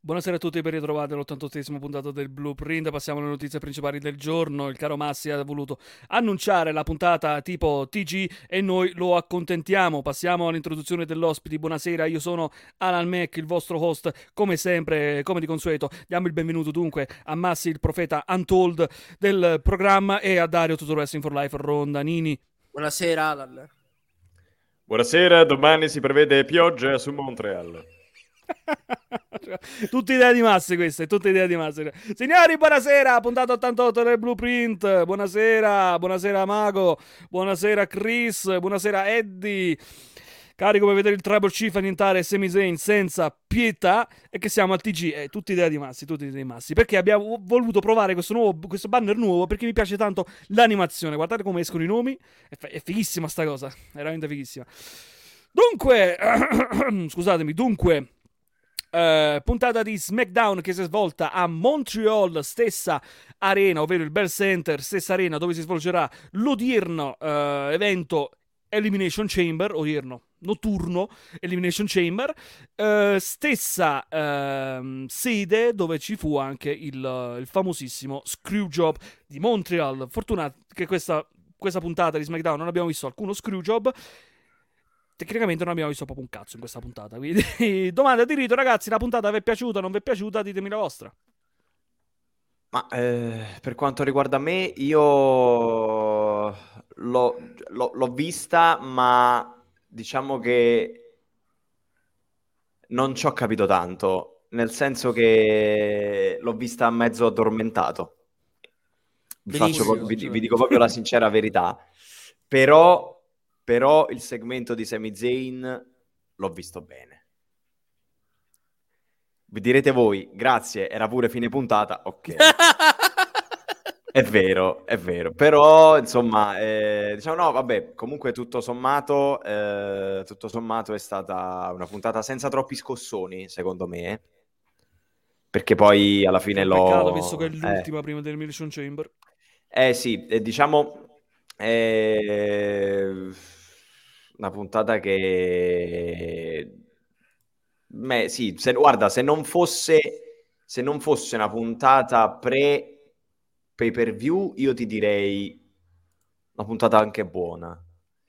Buonasera a tutti, ben ritrovati all'88esimo puntata del Blueprint. Passiamo alle notizie principali del giorno. Il caro Massi ha voluto annunciare la puntata tipo TG e noi lo accontentiamo. Passiamo all'introduzione dell'ospite. Buonasera, io sono Alan Mac, il vostro host, come sempre, come di consueto. Diamo il benvenuto dunque a Massi, il profeta untold del programma, e a Dario Tutto Wrestling for Life Rondanini. Buonasera Alan. Buonasera, domani si prevede pioggia su Montreal. Tutte idee di Massi queste, tutte idee di Massi. Signori, buonasera, puntata 88 del Blueprint. Buonasera, buonasera Mago, buonasera Chris, buonasera Eddie. Carico per vedere il Tribal Chief annientare Sami Zayn senza pietà, e che siamo al TG. Tutte idee di Massi, tutte idee di Massi. Perché abbiamo voluto provare questo banner nuovo, perché mi piace tanto l'animazione. Guardate come escono i nomi, è fighissima sta cosa, è veramente fighissima. Dunque, scusatemi, puntata di SmackDown che si è svolta a Montreal, stessa arena, ovvero il Bell Center, stessa arena dove si svolgerà l'odierno evento Elimination Chamber, odierno, notturno Elimination Chamber, stessa sede dove ci fu anche il famosissimo Screwjob di Montreal. Fortuna che questa puntata di SmackDown non abbiamo visto alcuno Screwjob. Tecnicamente non abbiamo visto proprio un cazzo in questa puntata. Quindi, domanda di rito, ragazzi: la puntata vi è piaciuta o non vi è piaciuta? Ditemi la vostra. Ma per quanto riguarda me, io l'ho vista, ma diciamo che non ci ho capito tanto, nel senso che l'ho vista mezzo addormentato. Vi dico proprio la sincera verità. Però il segmento di Sami Zayn l'ho visto bene. Vi direte voi, grazie, era pure fine puntata, ok. È vero, però insomma, diciamo no, vabbè, comunque tutto sommato è stata una puntata senza troppi scossoni, secondo me, perché poi alla fine Peccato, visto che è l'ultima prima dell'Elimination Chamber. Sì, diciamo, una puntata che... Beh, sì, guarda, se non fosse una puntata pay per view, io ti direi una puntata anche buona.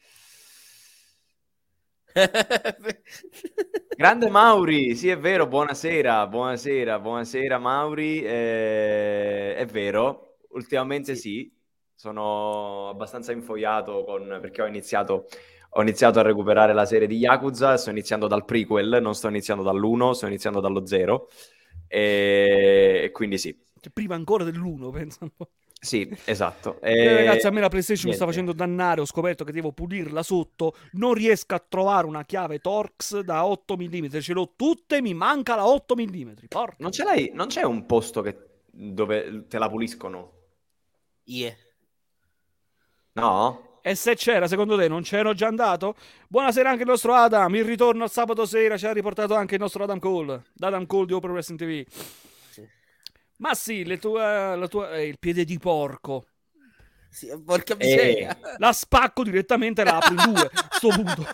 Grande Mauri, sì, è vero, buonasera Mauri, è vero, ultimamente sì, sono abbastanza infogliato perché ho iniziato a recuperare la serie di Yakuza, sto iniziando dal prequel, non sto iniziando dall'1, sto iniziando dallo 0, e quindi sì. Cioè, prima ancora dell'1, penso un po'. Sì, esatto. Ragazzi, a me la PlayStation mi sta niente. facendo dannare, ho scoperto che devo pulirla sotto, non riesco a trovare una chiave Torx da 8 mm, ce l'ho tutte, mi manca la 8 mm, porca. Non c'è un posto dove te la puliscono? Yeah. No? E se c'era, secondo te, non c'ero già andato? Buonasera anche il nostro Adam, il ritorno al sabato sera ci ha riportato anche il nostro Adam Cole, Adam Cole di Open Wrestling TV. Sì. Ma sì, il piede di porco. Sì, porca miseria. La spacco direttamente e la apro in due, sto punto.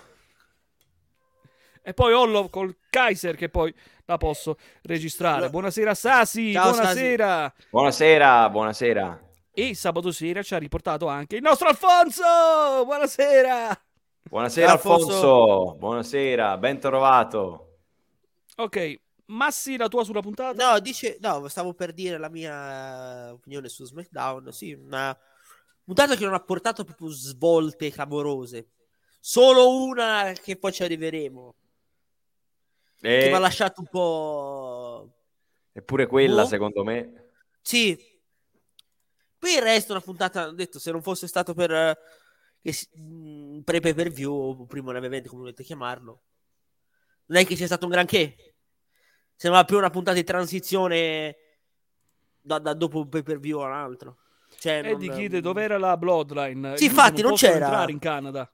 E poi Ollo col Kaiser che poi la posso registrare. Buonasera Sasi, ciao, buonasera. Sasi. Buonasera. E sabato sera ci ha riportato anche il nostro Alfonso. Buonasera. Buonasera Alfonso. Buonasera, ben trovato. Ok, Massi, la tua sulla puntata? No, stavo per dire la mia opinione su SmackDown. Sì, una puntata che non ha portato proprio svolte clamorose. Solo una che poi ci arriveremo. Che mi ha lasciato un po'... Eppure quella, secondo me. Sì. Poi il resto è una puntata, ho detto, se non fosse stato per pay per view o primo evento, come volete chiamarlo, non è che sia stato un granché. Sembrava più una puntata di transizione da dopo un pay per view a un altro. Cioè, Eddie chiede dov'era la Bloodline. Sì, infatti non c'era. Entrare in Canada.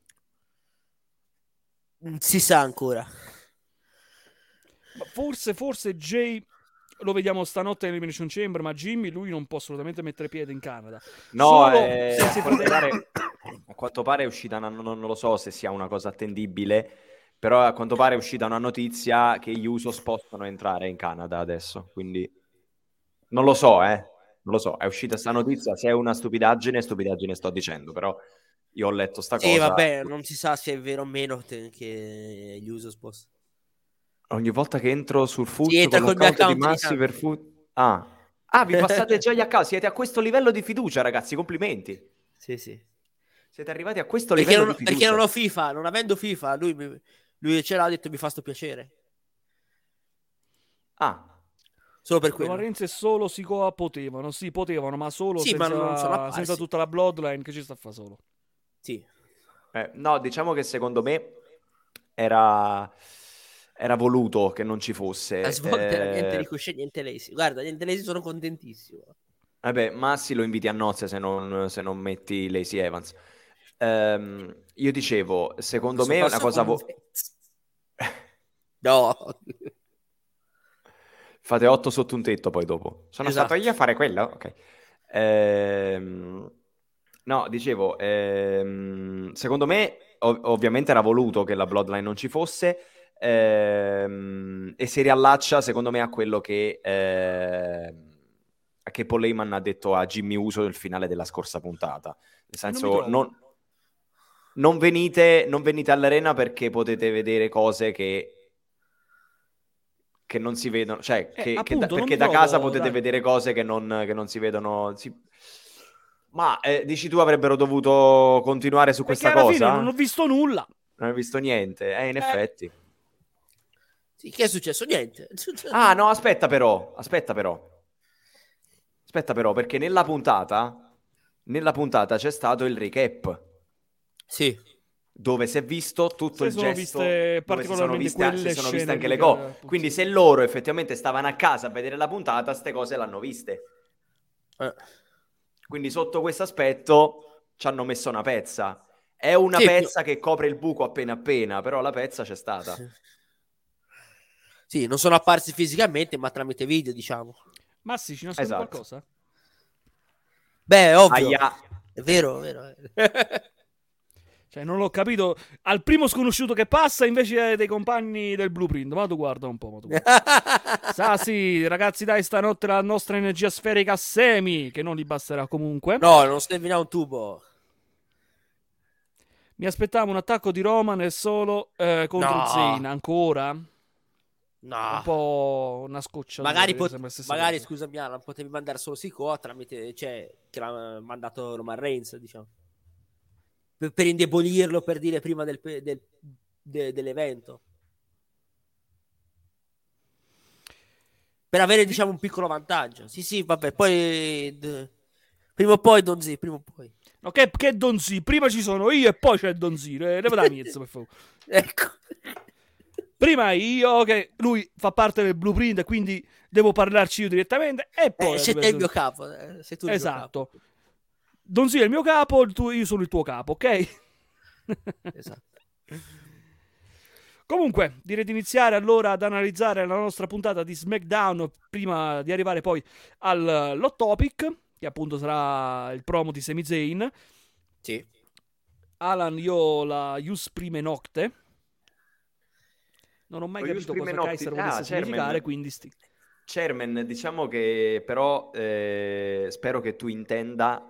Si sa ancora. Ma forse Jay lo vediamo stanotte nell'Elimination Chamber, ma Jimmy lui non può assolutamente mettere piede in Canada. No, a quanto pare è uscita, non lo so se sia una cosa attendibile, Però a quanto pare è uscita una notizia che gli Usos possono entrare in Canada adesso, quindi non lo so, non lo so, è uscita sta notizia, se è una stupidaggine sto dicendo, però io ho letto sta Sì, cosa. vabbè, non si sa se è vero o meno che gli uso spost. Ogni volta che entro sul Foot entra con col mio l'account di account Massi ogni per tanto. Foot... Ah, vi passate già gli account, siete a questo livello di fiducia, ragazzi, complimenti. Sì, sì. Siete arrivati a questo Perché livello non, di fiducia. perché non ho FIFA, non avendo FIFA, lui ce l'ha detto mi fa sto piacere. Ah, Solo per Roman quello. Reigns e solo Sikoa potevano, sì, potevano, ma solo Sì, ma non sono senza, apparsi. senza tutta la bloodline che ci sta a fare solo. Sì. no, diciamo che secondo me era voluto che non ci fosse. La svolta era niente Ricochet, niente Lacey. Guarda, niente Lacey sono contentissimo. Vabbè, Massi lo inviti a nozze se non metti Lacey Evans. Io dicevo, secondo me è una cosa... No. Fate 8 sotto un tetto poi dopo. Sono Esatto. stato io a fare quello? Ok. No, dicevo, secondo me ovviamente era voluto che la Bloodline non ci fosse e si riallaccia secondo me a quello che Paul Heyman ha detto a Jimmy Uso nel finale della scorsa puntata. Nel senso, non venite all'arena perché potete vedere cose che non si vedono, cioè appunto, perché da casa potete vedere cose che non si vedono. Ma dici tu avrebbero dovuto continuare su perché questa alla cosa? fine non ho visto nulla. Non hai visto niente, in effetti. Sì, che è successo? Niente. Ah, no, aspetta però, perché nella puntata c'è stato il recap. Sì. Dove si è visto tutto il gesto, dove si sono viste anche le cose. Quindi se loro effettivamente stavano a casa a vedere la puntata, ste cose l'hanno viste. Quindi sotto questo aspetto ci hanno messo una pezza. È una pezza che copre il buco appena, però la pezza c'è stata. Sì, non sono apparsi fisicamente, ma tramite video, diciamo. Ma sì, ci nasconde qualcosa? Beh, ovvio. È vero, è vero. Cioè, non l'ho capito. Al primo sconosciuto che passa, invece dei compagni del Blueprint. Ma tu guarda un po', Sa, sì, ragazzi, dai, stanotte la nostra energia sferica semi, che non gli basterà comunque. No, non stermina un tubo. Mi aspettavo un attacco di Roman e solo contro Zayn. Ancora? No. Un po' una scoccia. Magari scusami, Alan, potevi mandare solo Sikoa tramite, cioè, che l'ha mandato Roman Reigns, diciamo. Per indebolirlo, per dire prima dell'evento. Per avere, diciamo, un piccolo vantaggio. Sì, vabbè, poi prima o poi Don Z, prima o poi. No, che Don Z? Prima ci sono io e poi c'è Don Z. Leva la miezza, per favore. Ecco. Prima io, che lui fa parte del Blueprint, quindi devo parlarci io direttamente, e poi... sei te il mio capo. Sei tu il esatto. mio capo. Don Z è il mio capo, io sono il tuo capo, ok? Esatto. Comunque, direi di iniziare allora ad analizzare la nostra puntata di SmackDown prima di arrivare poi all'hot topic, che appunto sarà il promo di Sami Zayn. Sì. Alan, io la Ius Prime Nocte. Non ho mai capito cosa Kaiser volesse significare, quindi Chairman, diciamo che però spero che tu intenda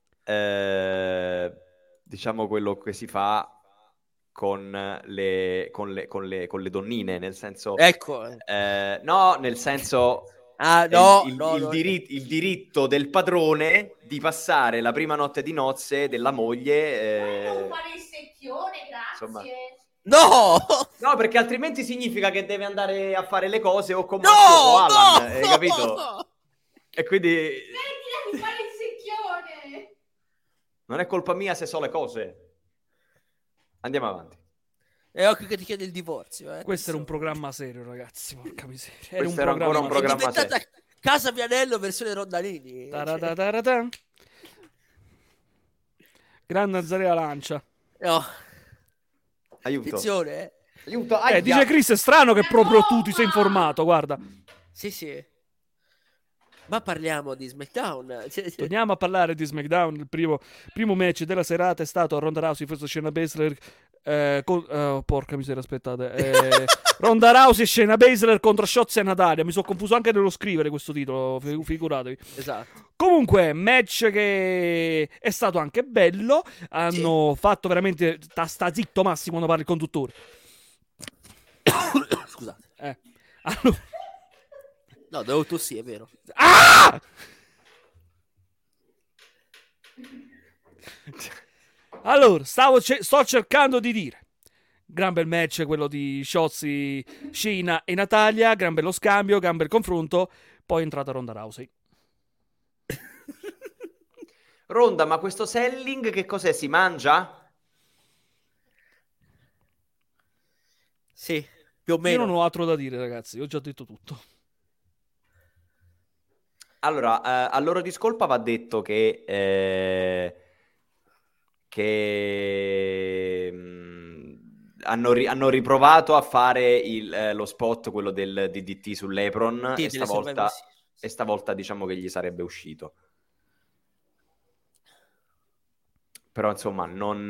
diciamo quello che si fa con le donnine, nel senso ecco. no, nel senso il diritto del padrone di passare la prima notte di nozze della moglie non fare il secchione, grazie. Insomma. No, perché altrimenti significa che deve andare a fare le cose o con Matteo o Alan, hai capito? E quindi smettila di fare il secchione. Non è colpa mia se so le cose. Andiamo avanti. È occhio che ti chiede il divorzio. Questo era un programma serio, ragazzi. Porca miseria. Questo era ancora un programma serio. È diventata Casa Vianello versione Rondalini. Grande Azzarea lancia. No. Aiuto. Attenzione, Aiuto. Dice Chris, è strano che proprio tu ti sei informato, guarda. Sì. Ma parliamo di SmackDown. Torniamo a parlare di SmackDown. Il primo match della serata è stato Ronda Rousey vs Shayna Baszler Porca miseria, aspettate. Ronda Rousey e Shayna Baszler contro Shotzi e Natalia. Mi sono confuso anche nello scrivere questo titolo, figuratevi. Esatto. Comunque, match che è stato anche bello. Hanno fatto veramente... Sta zitto Massimo quando parli il conduttore. Scusate. Hanno... No, devo tossire, è vero. Ah! Allora, sto cercando di dire. Gran bel match quello di Shotzi, Shayna e Natalia. Gran bello scambio, gran bel confronto. Poi è entrata Ronda Rousey. Ronda, ma questo selling che cos'è? Si mangia? Sì, più o Io meno. non ho altro da dire, ragazzi. Ho già detto tutto. Allora, a loro discolpa va detto che hanno riprovato a fare lo spot, quello del DDT sull'Epron, Sì, e delle Survivor stavolta, Series. diciamo che gli sarebbe uscito. Però insomma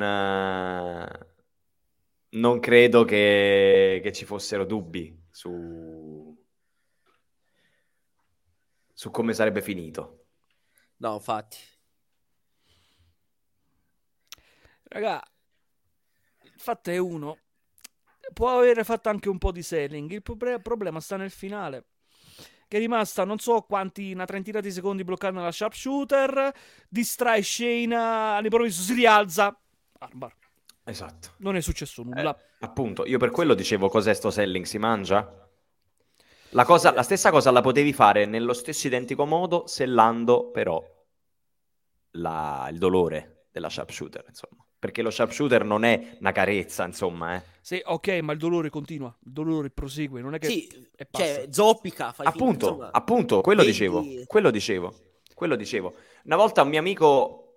non credo che ci fossero dubbi su come sarebbe finito. No, infatti. Raga, il fatto è uno. Può avere fatto anche un po' di selling. Il problema sta nel finale. Che è rimasta non so quanti, una trentina di secondi bloccata nella sharpshooter. Distrae Shayna, all'improvviso si rialza. Armbar. Esatto. Non è successo nulla. Appunto, io per quello dicevo, cos'è sto selling? Si mangia? La stessa cosa la potevi fare nello stesso identico modo, sellando però il dolore della sharpshooter, insomma. Perché lo sharpshooter non è una carezza, insomma, Sì, ok, ma il dolore continua. Il dolore prosegue, non è che Sì, è passa. cioè, zoppica. Fai finta, insomma, Appunto, quello vedi- dicevo. Quello dicevo. Una volta un mio amico,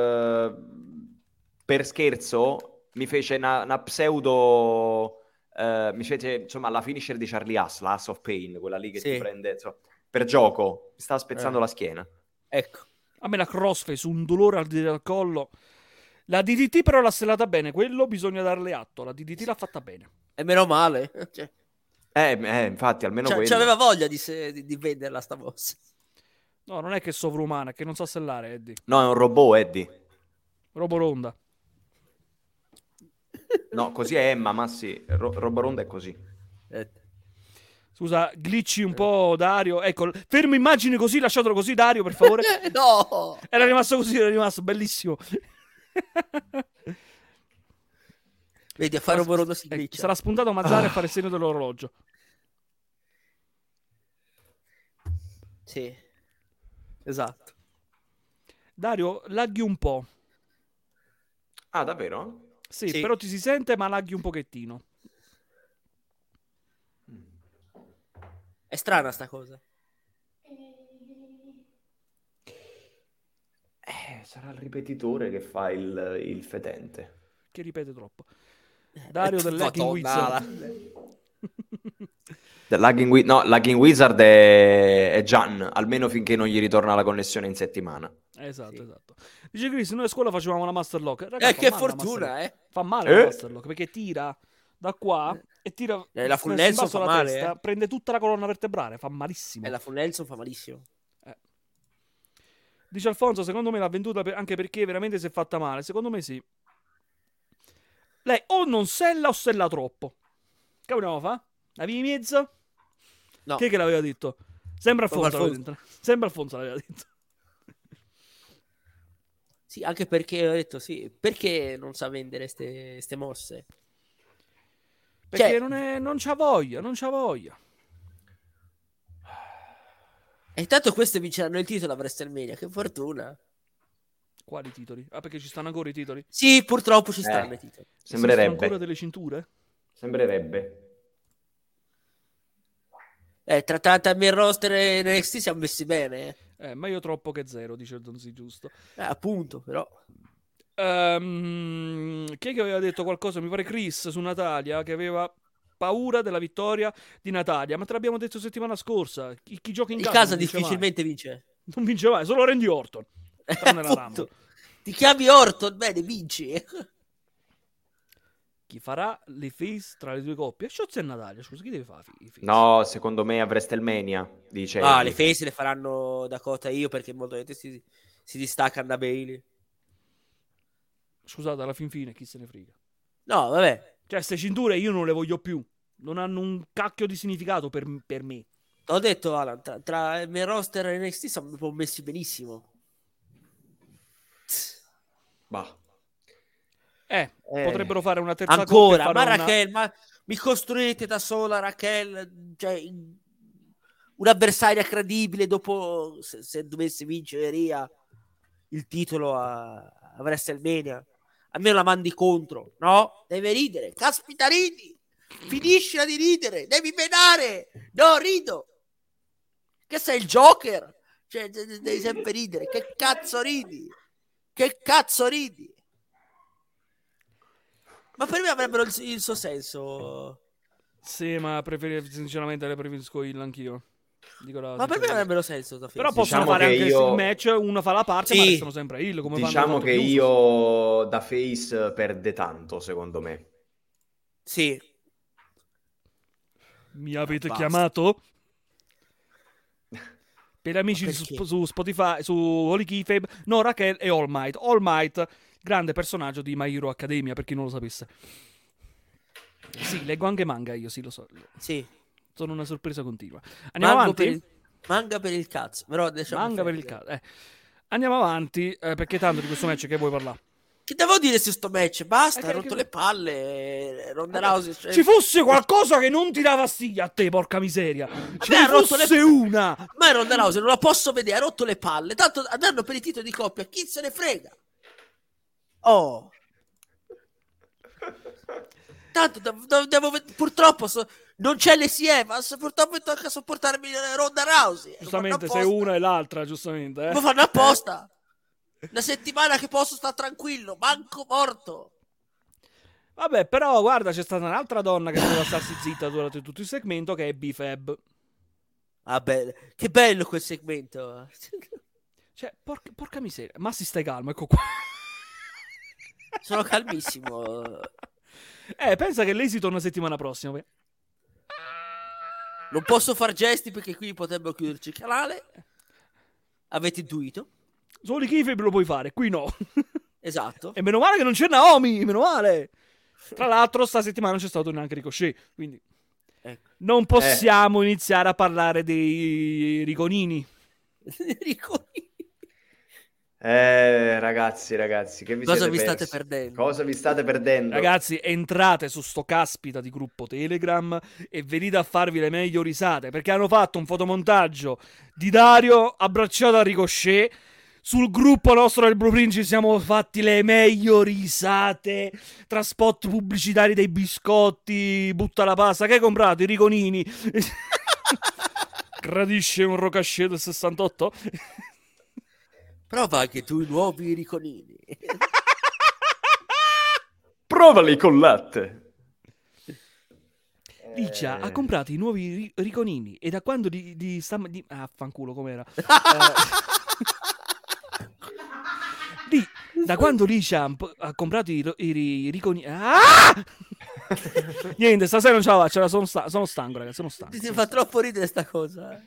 per scherzo, mi fece una pseudo... mi fece, insomma, la finisher di Charlie Haas, la Haas of Pain, quella lì che Sì. ti prende, insomma, per gioco. Mi stava spezzando la schiena. Ecco. A me la crossface, un dolore al collo. La DDT però l'ha sellata bene, quello bisogna darle atto. La DDT l'ha fatta bene. E meno male. Cioè, Infatti, almeno quello. c'aveva voglia di venderla sta mossa. No, non è che è sovrumana, è che non sa sellare, Eddie. No, è un robot, Eddie. Roboronda. No, così è Emma, ma sì, Roboronda è così. Scusa, glitchi un po' Dario. Ecco, fermo immagini così, lasciatelo così Dario, per favore. No! Era rimasto così, era rimasto bellissimo. Vedi, a fare un borodo si glitcha. Sarà spuntato Mazzare a fare il segno dell'orologio. Sì. Esatto. Dario, laghi un po'. Ah, davvero? Sì, Sì. però ti si sente, ma laghi un pochettino. È strana sta cosa. Sarà il ripetitore che fa il fetente. Che ripete troppo. Dario del Lagging Wizard. Lagging Wizard è Gian, almeno finché non gli ritorna la connessione in settimana. Esatto. Dice Chris, noi a scuola facevamo la Master Lock. Ragazzi, Che fortuna, Fa male la Master Lock, perché tira da qua e tira la full Nelson fa male, testa, prende tutta la colonna vertebrale, fa malissimo. E la full Nelson fa malissimo. Dice Alfonso, secondo me l'ha venduta anche perché veramente si è fatta male. Secondo me sì. Lei o non sella o sella troppo. Che vogliamo fa? La via in mezzo? No. Chi è che l'aveva detto? Sembra Alfonso. Sembra Alfonso l'aveva detto. Sì, anche perché ho detto sì. Perché non sa vendere ste mosse? Perché non c'ha voglia, non c'ha voglia. E intanto queste vinceranno il titolo a WrestleMania. Che fortuna. Quali titoli? Ah, perché ci stanno ancora i titoli? Sì, purtroppo ci stanno i titoli. Sembrerebbe. Esistono ancora delle cinture? Sembrerebbe. Tra Tammy Roster e NXT siamo messi bene. Ma io troppo che zero, dice il Donzi, giusto. Appunto, però. Chi è che aveva detto qualcosa? Mi pare Chris su Natalia, che aveva paura della vittoria di Natalia. Ma te l'abbiamo detto settimana scorsa. Chi gioca in casa non vince difficilmente mai. vince. Non vince mai, solo Randy Orton. Tranne la Rumble. Ti chiami Orton, bene, vinci. chi farà le face tra le due coppie? Shotzi e Natalia, scusa, chi deve fare i face? No, secondo me a WrestleMania, dice. Le face le faranno Dakota e io perché molto si distaccano da Bailey. Scusate, alla fin fine chi se ne frega. No, vabbè. Cioè, queste cinture io non le voglio più. Non hanno un cacchio di significato per me. Ho detto, Alan, tra il mio roster e NXT sono proprio messi benissimo. Bah. Potrebbero fare una terza ancora, coppia. ma Raquel, ma mi costruite da sola Raquel, cioè un'avversaria credibile dopo se dovesse vincere Rhea il titolo a WrestleMania. A me la mandi contro, no? Deve ridere, caspita ridi, finiscila di ridere, devi menare, no rido, che sei il Joker, cioè devi sempre ridere, che cazzo ridi, ma per me avrebbero il suo senso. Sì, ma sinceramente le preferisco il anch'io. Ma per me avrebbero senso. Però possono fare anche il match, uno fa la parte, ma restano sempre heel. Come diciamo che io da face perde tanto, secondo me. Sì. Mi avete chiamato? Per gli amici su Spotify, su Holy Kayfabe, no, Raquel e All Might. All Might, grande personaggio di My Hero Academia, per chi non lo sapesse. Sì, leggo anche manga io, sì, lo so. Sì. Sono una sorpresa continua. Andiamo avanti? Manga per il cazzo. Però manga per il cazzo. Andiamo avanti, perché tanto di questo match che vuoi parlare? Che devo dire su sto match? Basta, hai rotto le palle. Ronda Rousey. Ci fosse qualcosa che non ti dà fastidio a te, porca miseria. Ce ne fosse una. Ma Ronda Rousey non la posso vedere, ha rotto le palle. Tanto andando per il titolo di coppia, chi se ne frega? Oh. Tanto devo purtroppo non c'è Lacey Evans, purtroppo tocca sopportarmi Ronda Rousey. Giustamente, sei una e l'altra, giustamente. Lo fanno apposta. Una settimana che posso stare tranquillo, manco morto. Vabbè, però guarda, c'è stata un'altra donna che doveva starsi zitta durante tutto il segmento, che è B-Fab. Vabbè, che bello quel segmento. Cioè, porca miseria. Ma si stai calmo, ecco qua. Sono calmissimo. Pensa che lei si torna settimana prossima. Beh. Non posso far gesti perché qui potrebbero chiuderci il canale. Avete intuito? Solo i Kayfabe lo puoi fare, qui no. Esatto. E meno male che non c'è Naomi, meno male. Tra l'altro sta settimana non c'è stato neanche Ricochet, quindi non possiamo iniziare a parlare dei Riconini. Ragazzi, che cosa vi state perdendo? Cosa vi state perdendo? Ragazzi, entrate su sto caspita di gruppo Telegram e venite a farvi le meglio risate, perché hanno fatto un fotomontaggio di Dario abbracciato a Ricochet. Sul gruppo nostro del Blueprint ci siamo fatti le meglio risate tra spot pubblicitari dei biscotti, butta la pasta, che hai comprato? I Riconini. Gradisce un Rocachet del 68? Prova anche tu i nuovi Riconini. Provali con latte. Licia ha comprato i nuovi Riconini e da quando fanculo com'era. Da quando Licia ha comprato i Riconini. Niente, stasera non ce la faccio, sono stanco, ragazzi, sono stanco. Ti fa troppo ridere sta cosa.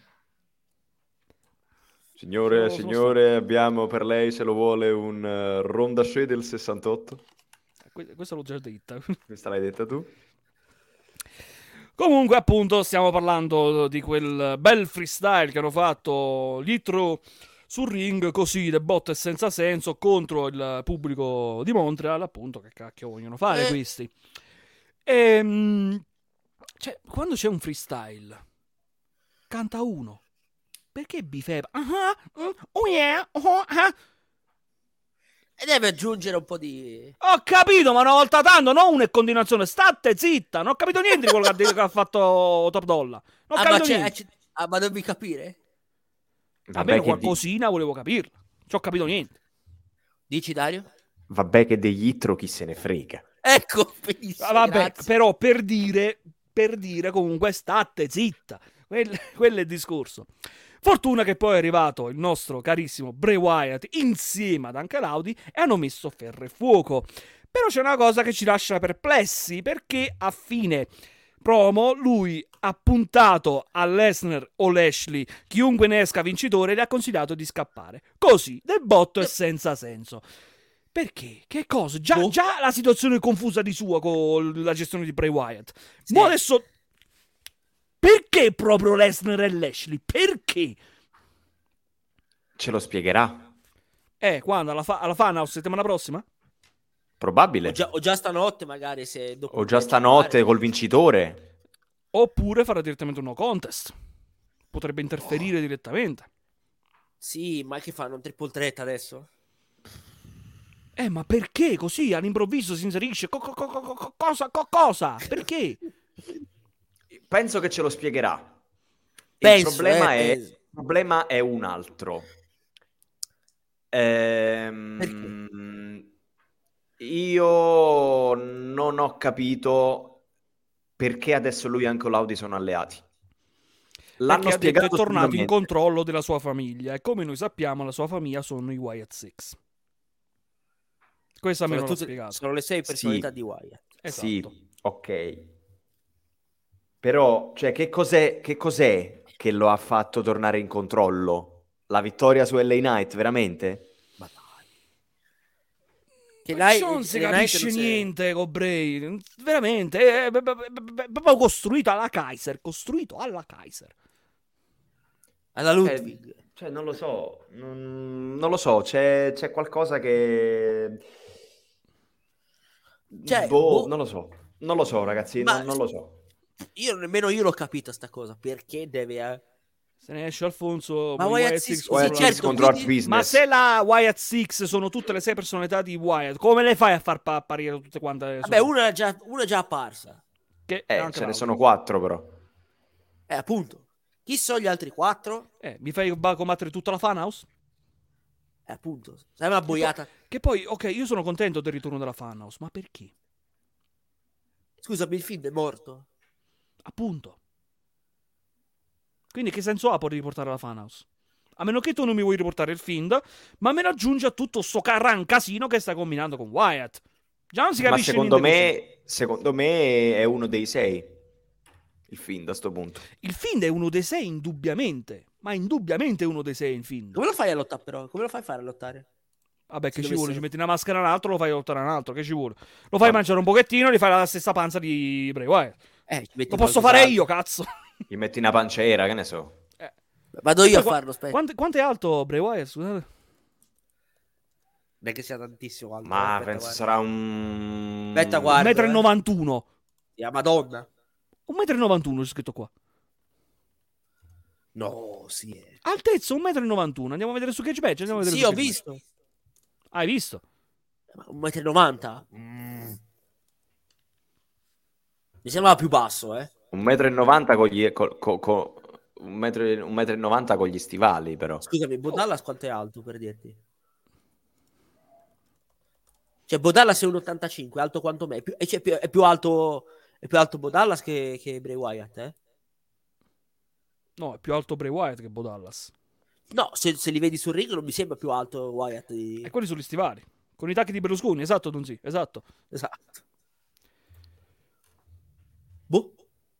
Signore, abbiamo per lei, se lo vuole, un Ronda del 68. Questa l'ho già detta. Questa l'hai detta tu? Comunque, appunto, stiamo parlando di quel bel freestyle che hanno fatto gli Hitro sul ring, così, de botte senza senso, contro il pubblico di Montreal, appunto, che cacchio vogliono fare questi. Cioè, quando c'è un freestyle, canta uno. Perché B-Fab? Oh yeah, E deve aggiungere un po' di... Ho capito, ma una volta tanto, non una continuazione. State zitta, non ho capito niente di quello che ha fatto Top Dollar. Non ho capito niente. Ma devi capire? Vabbè, qualcosina volevo capirla. Ci ho capito niente. Dici, Dario? Vabbè che degli Hitro chi se ne frega. Ecco, benissimo, vabbè, grazie. però per dire comunque state zitta. Quello è il discorso. Fortuna che poi è arrivato il nostro carissimo Bray Wyatt insieme ad Anche Laudi e hanno messo ferro e fuoco. Però c'è una cosa che ci lascia perplessi, perché a fine promo lui ha puntato a Lesnar o Lashley, chiunque ne esca vincitore, le ha consigliato di scappare. Così, del botto e senza senso. Perché? Che cosa? Già la situazione è confusa di sua con la gestione di Bray Wyatt. Sì. Ma adesso... Perché proprio Lesnar e Lashley? Perché? Ce lo spiegherà. Quando? Alla Funhouse settimana prossima? Probabile. O già stanotte, magari. Se dopo O già stanotte col vincitore. Oppure farà direttamente un no contest. Potrebbe interferire direttamente. Sì, ma che fanno? Un triple threat adesso? Ma perché così all'improvviso si inserisce? Cosa? Perché? Penso che ce lo spiegherà. Penso, Il problema è un altro. Io non ho capito perché adesso lui e anche Laudi sono alleati. L'hanno Perché spiegato, è tornato in sicuramente. controllo della sua famiglia. E come noi sappiamo, la sua famiglia sono i Wyatt Six. Questo a me non l'ha spiegato. Sono le 6 personalità Sì. di Wyatt. Esatto. Sì, ok. Però, cioè, che cos'è che lo ha fatto tornare in controllo? La vittoria su LA Knight, veramente? Ma dai. Che Non si capisce niente con Bray. Veramente. È proprio costruito alla Kaiser. Alla Ludwig. Cioè, non lo so. Non lo so. C'è qualcosa che... Cioè, non lo so. Non lo so, ragazzi. Ma- Non lo so. Nemmeno io l'ho capita sta cosa. Perché deve... Se ne esce Alfonso. Ma con i Wyatt Wyatt Six- Six sì, Wyatt contro la- Six contro Art quindi- Business. Ma se la Wyatt Six sono tutte le 6 personalità di Wyatt, come le fai a far apparire tutte quante? Vabbè, una è già apparsa. Che è anche Ce ne l'altra. sono 4, però. Appunto. Chi sono gli altri 4? Mi fai combattere tutta la Funhouse? Appunto. Sai una boiata. Che poi, ok, io sono contento del ritorno della Funhouse, ma perché? Scusami, il film è morto. Appunto. Quindi che senso ha poi riportare la Funhouse? A meno che tu non mi vuoi riportare il Fiend, ma me lo aggiungi a tutto sto carran casino che sta combinando con Wyatt. Già non si Ma capisce secondo niente secondo me è uno dei 6. Il Fiend a sto punto. il Fiend è uno dei 6 indubbiamente. Ma indubbiamente è uno dei 6 il Fiend. Come lo fai a lottare, però? Come lo fai a fare a lottare? Vabbè, che Se ci vuole? dovesse- Ci metti una maschera a un altro, lo fai lottare a un altro. Che ci vuole? Lo fai mangiare un pochettino, gli fai la stessa panza di Bray Wyatt. Ci metti Lo posso fare qualcos'altro. io, cazzo. Gli metti una pancera, che ne so. Vado io a Poi, farlo, aspetta. Quanto è alto Bray Wyatt? Scusate. Non è che sia tantissimo alto. Ma aspetta, penso guarda. sarà un... Aspetta, guarda. 1,91 m. La Madonna. 1,91 m c'è scritto qua. No, sì. Altezza 1,91 m. Andiamo a vedere su Cage Match. Andiamo a vedere Sì, su ho Cage visto. Match. Hai visto? 1,90 m. Mi sembrava più basso, 1,90 m con gli... 1,90 m con gli stivali, però. Scusami, Bodallas quanto è alto, per dirti? Cioè, Bodallas è 1,85, è alto quanto me. È più alto Bodallas che Bray Wyatt, No, è più alto Bray Wyatt che Bo Dallas. No, se li vedi sul ring non mi sembra più alto Wyatt di... E quelli sugli stivali. Con i tacchi di Berlusconi, esatto, Donzi, esatto. Esatto. Boh.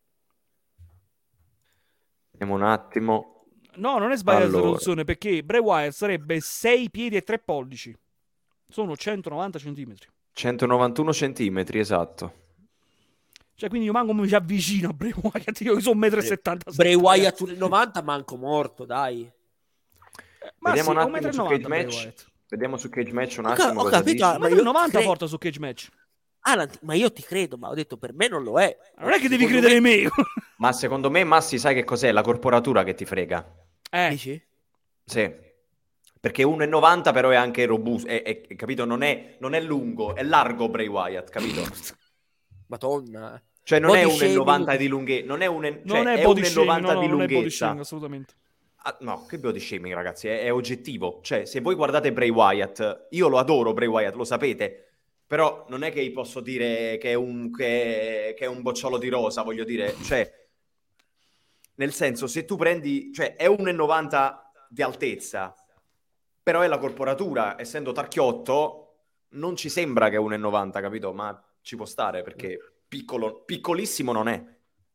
Vediamo un attimo. No, non è sbagliata la Allora. traduzione, perché Bray Wyatt sarebbe 6 piedi e 3 pollici. Sono 190 centimetri. 191 centimetri, esatto. Cioè, quindi io manco mi ci avvicino a Bray Wyatt. Io che sono 1,77 m. Bray Wyatt 1,90 manco morto, dai. Ma Vediamo sì, un attimo 1,90 su m Cage Bray Match. Wyatt. Vediamo su Cage Match un Ho attimo ho cosa capito, dice. ma io 1,90 m cre- porta su Cage Match. Ma io ti credo, ma ho detto per me non lo è. Non è che devi Secondo credere in me. Ma secondo me, Massi, sai che cos'è? La corporatura che ti frega. Dici? Sì. Perché 1,90 però è anche robusto, capito? Non è lungo, è largo Bray Wyatt, capito? Madonna. Cioè non è Body 1,90 shaming. di lunghezza, non è non è è body shaming, 1,90 no, di non è body lunghezza. shaming, assolutamente. Ah, no, che body shaming, ragazzi, è oggettivo. Cioè, se voi guardate Bray Wyatt, io lo adoro Bray Wyatt, lo sapete, però non è che vi posso dire che è un bocciolo di rosa, voglio dire, cioè, nel senso, se tu prendi, cioè, è 1,90 di altezza, però è la corporatura, essendo Tarchiotto, non ci sembra che è 1,90, capito? Ma ci può stare perché piccolissimo non è.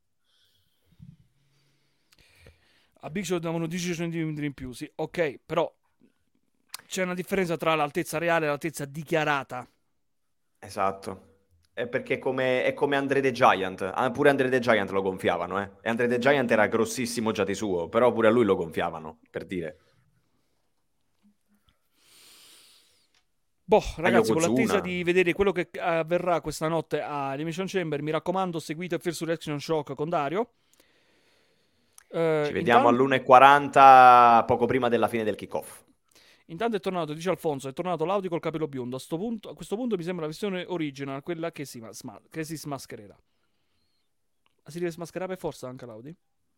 A Big Show davano 10 cm in più, sì, ok, però c'è una differenza tra l'altezza reale e l'altezza dichiarata. Esatto. È perché è come Andre the Giant. Pure Andre the Giant lo gonfiavano, eh. E Andre the Giant era grossissimo già di suo, però pure a lui lo gonfiavano, per dire. Boh, ragazzi, con Yokozuna. l'attesa di vedere quello che avverrà questa notte a Elimination Chamber, mi raccomando, seguite First Reaction Shock con Dario. Ci vediamo all'1:40, poco prima della fine del kickoff. Intanto è tornato, dice Alfonso, è tornato l'Audi col capello biondo. A questo punto mi sembra la versione original, quella che si smaschererà. Ma si deve smascherare per forza anche l'Audi?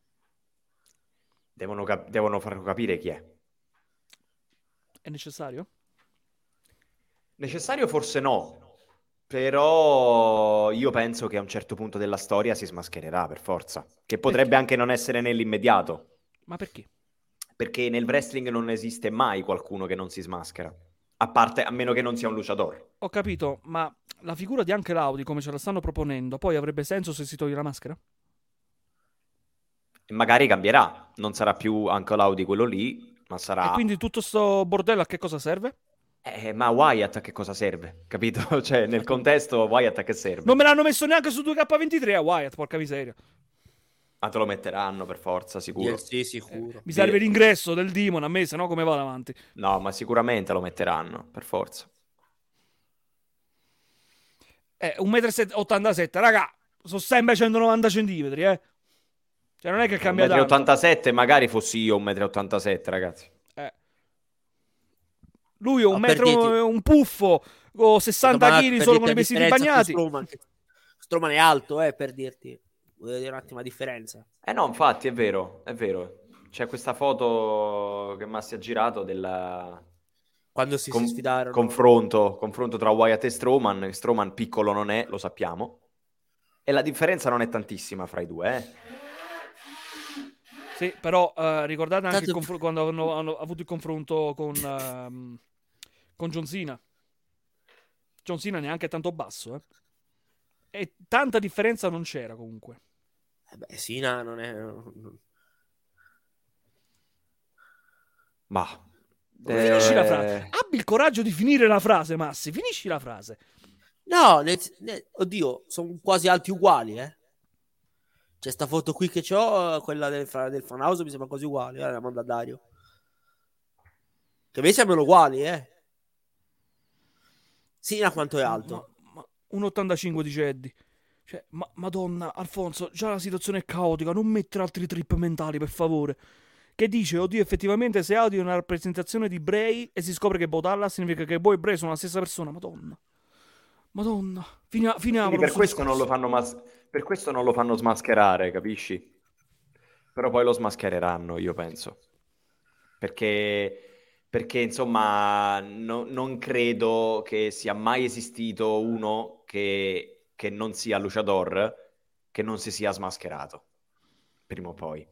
Devono farlo capire chi è. È necessario? Necessario forse no, però io penso che a un certo punto della storia si smaschererà per forza, che potrebbe anche non essere nell'immediato, Ma perché? perché nel wrestling non esiste mai qualcuno che non si smaschera, a meno che non sia un luchador. Ho capito, ma la figura di anche l'Audi, come ce la stanno proponendo, poi avrebbe senso se si toglie la maschera? E magari cambierà, non sarà più anche l'Audi quello lì, ma sarà... E quindi tutto sto bordello a che cosa serve? Ma Wyatt a che cosa serve? Capito? Cioè, nel contesto Wyatt a che serve? Non me l'hanno messo neanche su 2K23 a Wyatt, porca miseria. Ma te lo metteranno per forza, sicuro. DLC sicuro. Mi serve l'ingresso del Demon a me, se no come va avanti? No, ma sicuramente lo metteranno, per forza. 1,87 m, raga, sono sempre 190 centimetri, eh. Cioè non è che cambia tanto. 1,87 m, magari fossi io 1,87 m, ragazzi. Lui è un metro, un puffo, con 60 kg solo con i vestiti bagnati. Stroman è alto, per dirti. Voglio vedere un attimo la differenza. No, infatti, è vero, è vero. C'è questa foto che Massi ha girato della... Quando si sfidarono. Confronto tra Wyatt e Strowman. Strowman piccolo non è, lo sappiamo. E la differenza non è tantissima fra i due, Sì, però ricordate anche quando hanno avuto il confronto con John Cena. John Cena neanche tanto basso, E tanta differenza non c'era comunque. Cena non è... Ma... Finisci la frase. Abbi il coraggio di finire la frase, Massi. Finisci la frase. No, oddio, sono quasi alti uguali, C'è sta foto qui che c'ho, quella del fan house mi sembra quasi uguale, la manda a Dario. Che mi sembrano uguali, Sì, a quanto è alto? Ma 1,85 dice Eddie. Cioè, madonna, Alfonso, già la situazione è caotica, non mettere altri trip mentali, per favore. Che dice, oddio, effettivamente se Audi è una rappresentazione di Bray e si scopre che Bodalla significa che Boy e Bray sono la stessa persona, Madonna. Finiamo. Per questo non lo fanno per questo non lo fanno smascherare, capisci? Però poi lo smaschereranno, io penso. Perché insomma, non credo che sia mai esistito uno che non sia luchador, che non si sia smascherato. Prima o poi.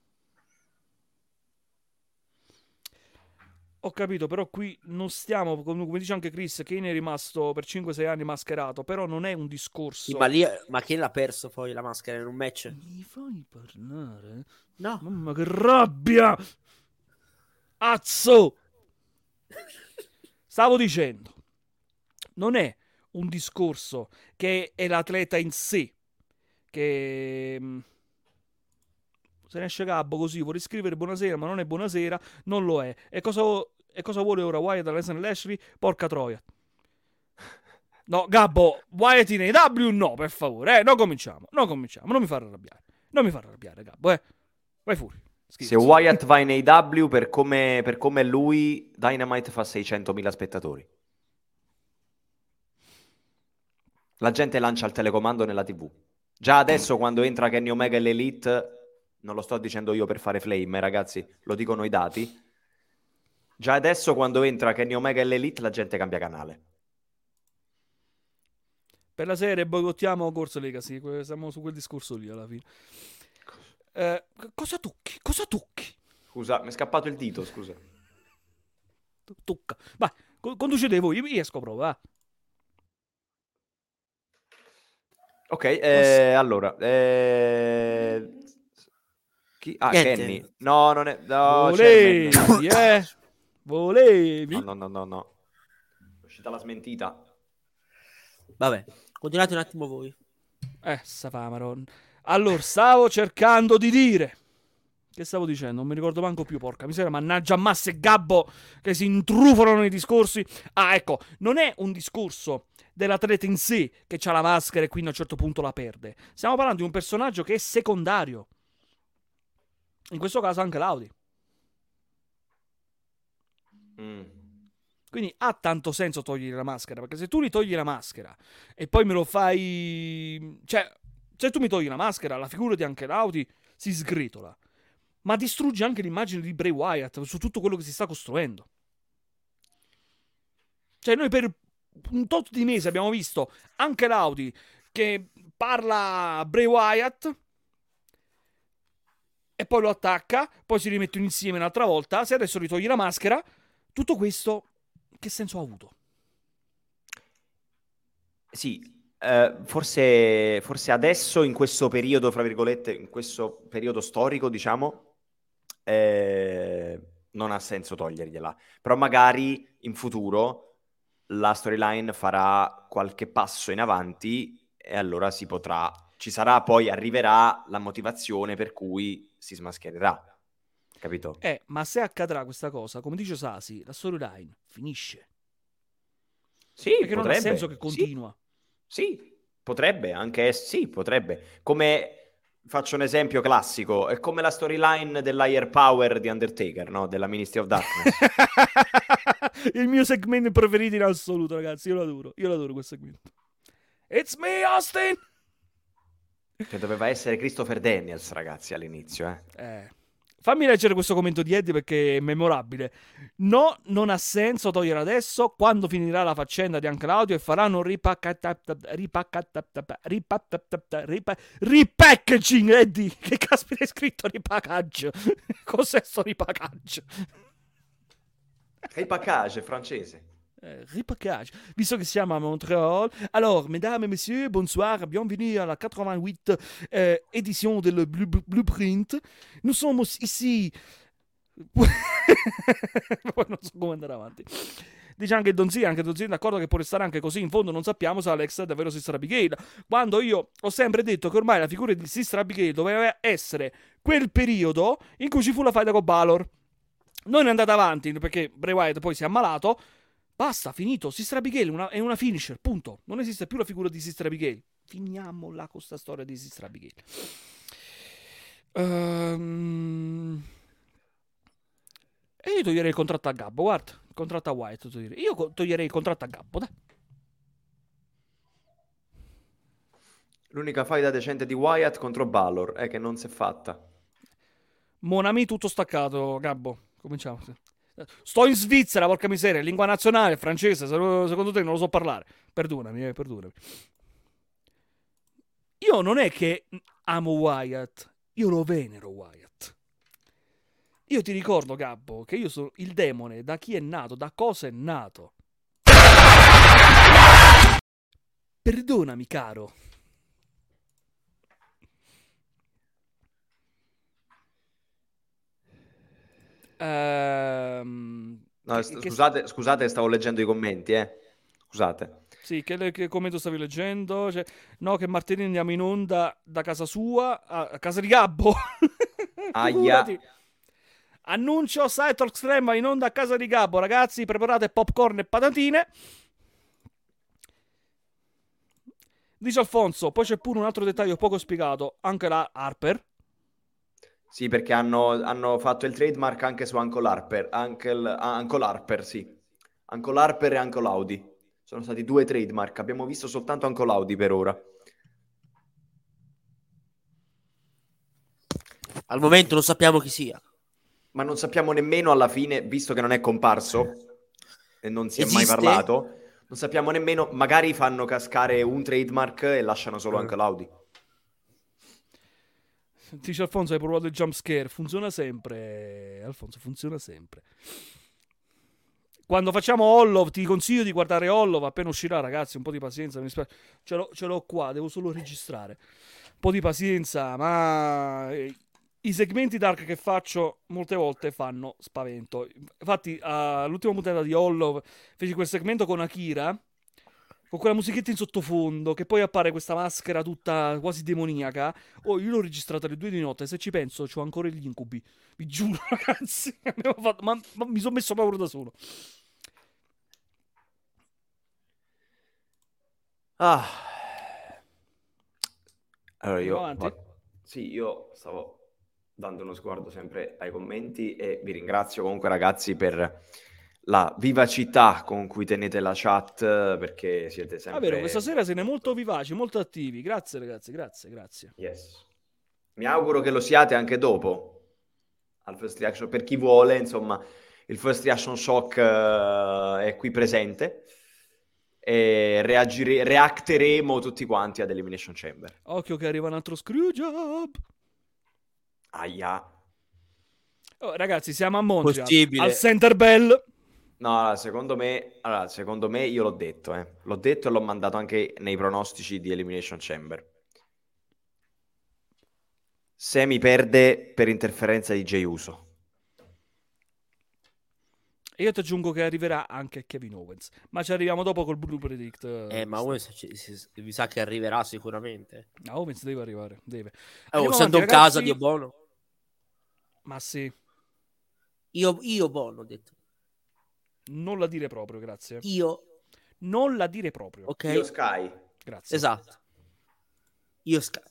Ho capito, però qui non stiamo, come dice anche Chris, Kane è rimasto per 5-6 anni mascherato, però non è un discorso... Sì, ma Kane l'ha perso poi la maschera in un match? Mi fai parlare? No. Mamma che rabbia! Azzo! Stavo dicendo, non è un discorso che è l'atleta in sé, che... Se ne esce Gabbo così, vuole scrivere buonasera, ma non è buonasera, non lo è. E cosa vuole ora Wyatt da Lesnar Lashley? Porca troia. No, Gabbo, Wyatt in AEW no, per favore, non cominciamo, non mi far arrabbiare, Gabbo, Vai fuori. Se Wyatt va in AEW per come è lui, Dynamite fa 600.000 spettatori. La gente lancia il telecomando nella TV. Già adesso quando entra Kenny Omega e l'Elite... Non lo sto dicendo io per fare flame, ragazzi, lo dicono i dati. Già adesso quando entra Kenny Omega e l'Elite la gente cambia canale. Per la serie boicottiamo Corso Legacy, siamo su quel discorso lì alla fine. Cosa tocchi? Scusa, mi è scappato il dito, scusa. Tocca. Vai, Conducete voi, io esco proprio, va. Ok, allora. Chi? Ah, Niente. Kenny. No, non è... No, Chairman. Volevi, volevi. No. È uscita la smentita. Vabbè, continuate un attimo voi. Safamaron. Allora, stavo cercando di dire. Che stavo dicendo? Non mi ricordo manco più, porca miseria. Mannaggia Masse e Gabbo che si intrufano nei discorsi. Ah, ecco, non è un discorso dell'atleta in sé che ha la maschera e quindi a un certo punto la perde. Stiamo parlando di un personaggio che è secondario. In questo caso anche l'Audi. Quindi ha tanto senso togliere la maschera, perché se tu gli togli la maschera e poi me lo fai... Cioè, se tu mi togli la maschera, la figura di Uncle Audi si sgretola. Ma distrugge anche l'immagine di Bray Wyatt su tutto quello che si sta costruendo. Cioè, noi per un tot di mesi abbiamo visto anche l'Audi che parla a Bray Wyatt e poi lo attacca, poi si rimettono insieme un'altra volta. Se adesso ritogli la maschera, tutto questo che senso ha avuto? Sì, forse adesso in questo periodo, fra virgolette, in questo periodo storico, diciamo, non ha senso togliergliela. Però magari in futuro la storyline farà qualche passo in avanti e allora ci sarà poi, arriverà la motivazione per cui si smaschererà. Capito? Ma se accadrà questa cosa, come dice Sasi, la storyline finisce. Sì, Perché potrebbe. non ha senso che continua. Sì, potrebbe, anche sì, potrebbe. Come faccio un esempio classico, è come la storyline dell'Higher Power di Undertaker, no? Della Ministry of Darkness. Il mio segmento preferito in assoluto, ragazzi. Io l'adoro quel segmento. It's me, Austin! Che doveva essere Christopher Daniels, ragazzi, all'inizio, Fammi leggere questo commento di Eddie perché è memorabile. No, non ha senso togliere adesso quando finirà la faccenda di Uncle Audio e faranno repackaging, Eddie. Che caspita hai scritto ripackage? Cos'è sto ripackage? Ripackage francese. Repackage, visto che siamo a Montréal. Alors, mesdames et messieurs, bonsoir, bienvenue à la 88 édition de le Blueprint. Nous sommes ici. Poi non so come andare avanti. Dice anche Donzi è d'accordo che può restare anche così. In fondo non sappiamo se Alex è davvero Sister Abigail. Quando io ho sempre detto che ormai la figura di Sister Abigail doveva essere quel periodo in cui ci fu la faida con Balor. Non è andata avanti perché Bray Wyatt poi si è ammalato. Basta, finito. Sister Abigail è una finisher, punto. Non esiste più la figura di Sister Abigail. Finiamola con sta storia di Sister Abigail. E io toglierei il contratto a Gabbo, guarda. Il contratto a Wyatt. Io toglierei il contratto a Gabbo, dai. L'unica faida decente di Wyatt contro Balor è che non si è fatta. Monami tutto staccato, Gabbo. Cominciamo. Sto in Svizzera, porca miseria, lingua nazionale, francese, secondo te non lo so parlare. Perdonami. Io non è che amo Wyatt, io lo venero Wyatt. Io ti ricordo, Gabbo, che io sono il demone, da chi è nato, da cosa è nato. Perdonami, caro. No, scusate, stavo leggendo i commenti, Scusate. Sì, che commento stavi leggendo? Cioè, no, che martedì andiamo in onda da casa sua a casa di Gabbo. Aia. Annuncio Side Talk Slam in onda a casa di Gabbo. Ragazzi, preparate popcorn e patatine. Dice Alfonso, poi c'è pure un altro dettaglio poco spiegato. Anche la Harper. Sì, perché hanno fatto il trademark anche su Uncle Harper. Uncle Harper, sì. Uncle Harper e Uncle Audi. Sono stati 2 trademark. Abbiamo visto soltanto Uncle Audi per ora. Al momento non sappiamo chi sia. Ma non sappiamo nemmeno alla fine, visto che non è comparso e non si è mai Esiste? parlato, non sappiamo nemmeno, magari fanno cascare un trademark e lasciano solo Uncle Audi. Dice Alfonso, hai provato il jump scare. Funziona sempre, Alfonso, funziona sempre. Quando facciamo Hollov, ti consiglio di guardare Hollov appena uscirà, ragazzi. Un po' di pazienza. Ce l'ho qua, devo solo registrare. Un po' di pazienza, ma i segmenti dark che faccio molte volte fanno spavento. Infatti, all'ultima puntata di Hollov feci quel segmento con Akira, con quella musichetta in sottofondo, che poi appare questa maschera tutta quasi demoniaca. Oh, io l'ho registrata alle 2 di notte, se ci penso c'ho ancora gli incubi. Vi giuro, ragazzi. Ma mi sono messo paura da solo. Allora Andiamo avanti? io stavo dando uno sguardo sempre ai commenti e vi ringrazio comunque, ragazzi, per la vivacità con cui tenete la chat, perché siete sempre... Vero, questa sera siete molto vivaci, molto attivi. Grazie, ragazzi, grazie. Yes. Mi auguro che lo siate anche dopo al First Reaction. Per chi vuole, insomma, il First Reaction Shock è qui presente e reacteremo tutti quanti ad Elimination Chamber. Occhio che arriva un altro Screwjob. Aia. Oh, ragazzi, siamo a Montreal, Possibile. al Center Bell. No, secondo me io l'ho detto. L'ho detto e l'ho mandato anche nei pronostici di Elimination Chamber. Semi perde per interferenza di Jey Uso. E io ti aggiungo che arriverà anche Kevin Owens. Ma ci arriviamo dopo col Blue Predict. Ma Owens mi sa che arriverà sicuramente. No, Owens deve arrivare, deve. Essendo un casa di Bono. Ma sì. Io Bono ho detto. Non la dire proprio, grazie. Non la dire proprio. Ok. Io Sky. Grazie. Esatto. Io Sky.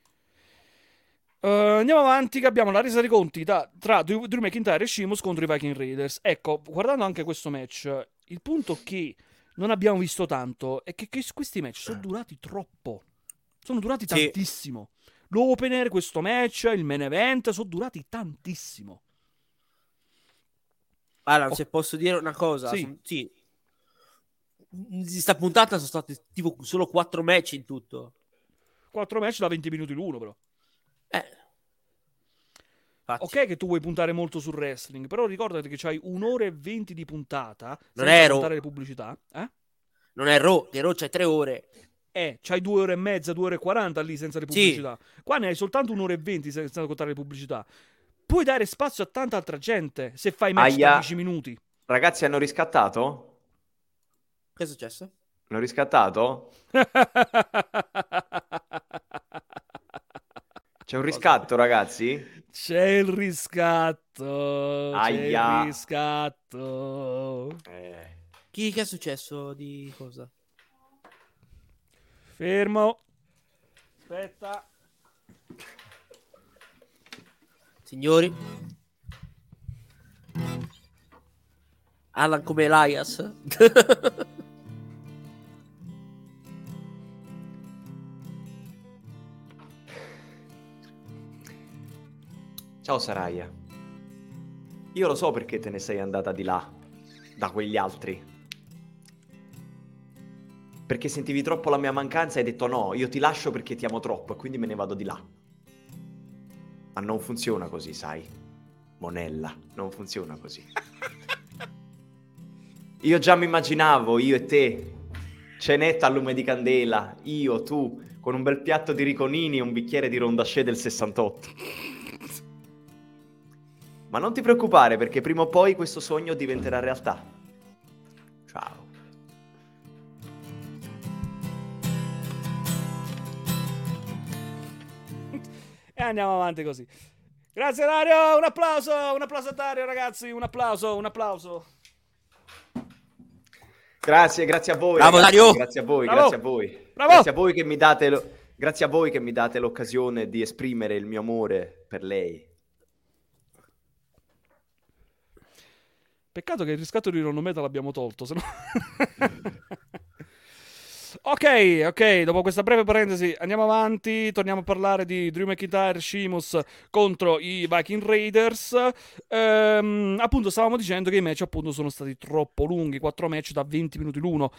Andiamo avanti, che abbiamo la resa dei conti tra Drew McIntyre e Sheamus contro i Viking Raiders. Ecco, guardando anche questo match, il punto che non abbiamo visto tanto è che questi match sono durati troppo. Sono durati tantissimo. L'opener, questo match, il main event, sono durati tantissimo. Allora, se posso dire una cosa, sì. Di sta puntata sono stati tipo solo 4 match in tutto. 4 match da 20 minuti l'uno, però. Infatti. Ok che tu vuoi puntare molto sul wrestling, però ricordati che c'hai 1 ora e 20 di puntata Non senza ero. contare le pubblicità. Non è Raw, che Raw c'hai 3 ore. C'hai 2 ore e mezza, 2 ore e 40 lì senza le pubblicità. Qua ne hai soltanto 1 ora e 20 senza contare le pubblicità. Puoi dare spazio a tanta altra gente se fai match da 10 minuti. Ragazzi, hanno riscattato? Che è successo? Hanno riscattato? C'è un riscatto, ragazzi? C'è il riscatto. Aia. C'è il riscatto. Che è successo di cosa? Fermo. Aspetta. Signori. Alan come Elias. Ciao Saraya. Io lo so perché te ne sei andata di là, da quegli altri. Perché sentivi troppo la mia mancanza e hai detto no, io ti lascio perché ti amo troppo e quindi me ne vado di là. Ma non funziona così, sai? Monella, non funziona così. Io già mi immaginavo, io e te, cenetta a lume di candela, io, tu, con un bel piatto di riconini e un bicchiere di Rondachè del 68. Ma non ti preoccupare, perché prima o poi questo sogno diventerà realtà. Ciao. E andiamo avanti così. Grazie Dario, un applauso a Dario, ragazzi, un applauso. Grazie a voi. Bravo, ragazzi, Dario. Grazie a voi, Bravo. grazie a voi. Bravo. Grazie a voi che mi date grazie a voi che mi date l'occasione di esprimere il mio amore per lei. Peccato che il riscatto di Ronno Meta l'abbiamo tolto, sennò... Ok, dopo questa breve parentesi andiamo avanti, torniamo a parlare di Drew McIntyre, Sheamus contro i Viking Raiders. Appunto stavamo dicendo che i match appunto sono stati troppo lunghi, 4 match da 20 minuti l'uno.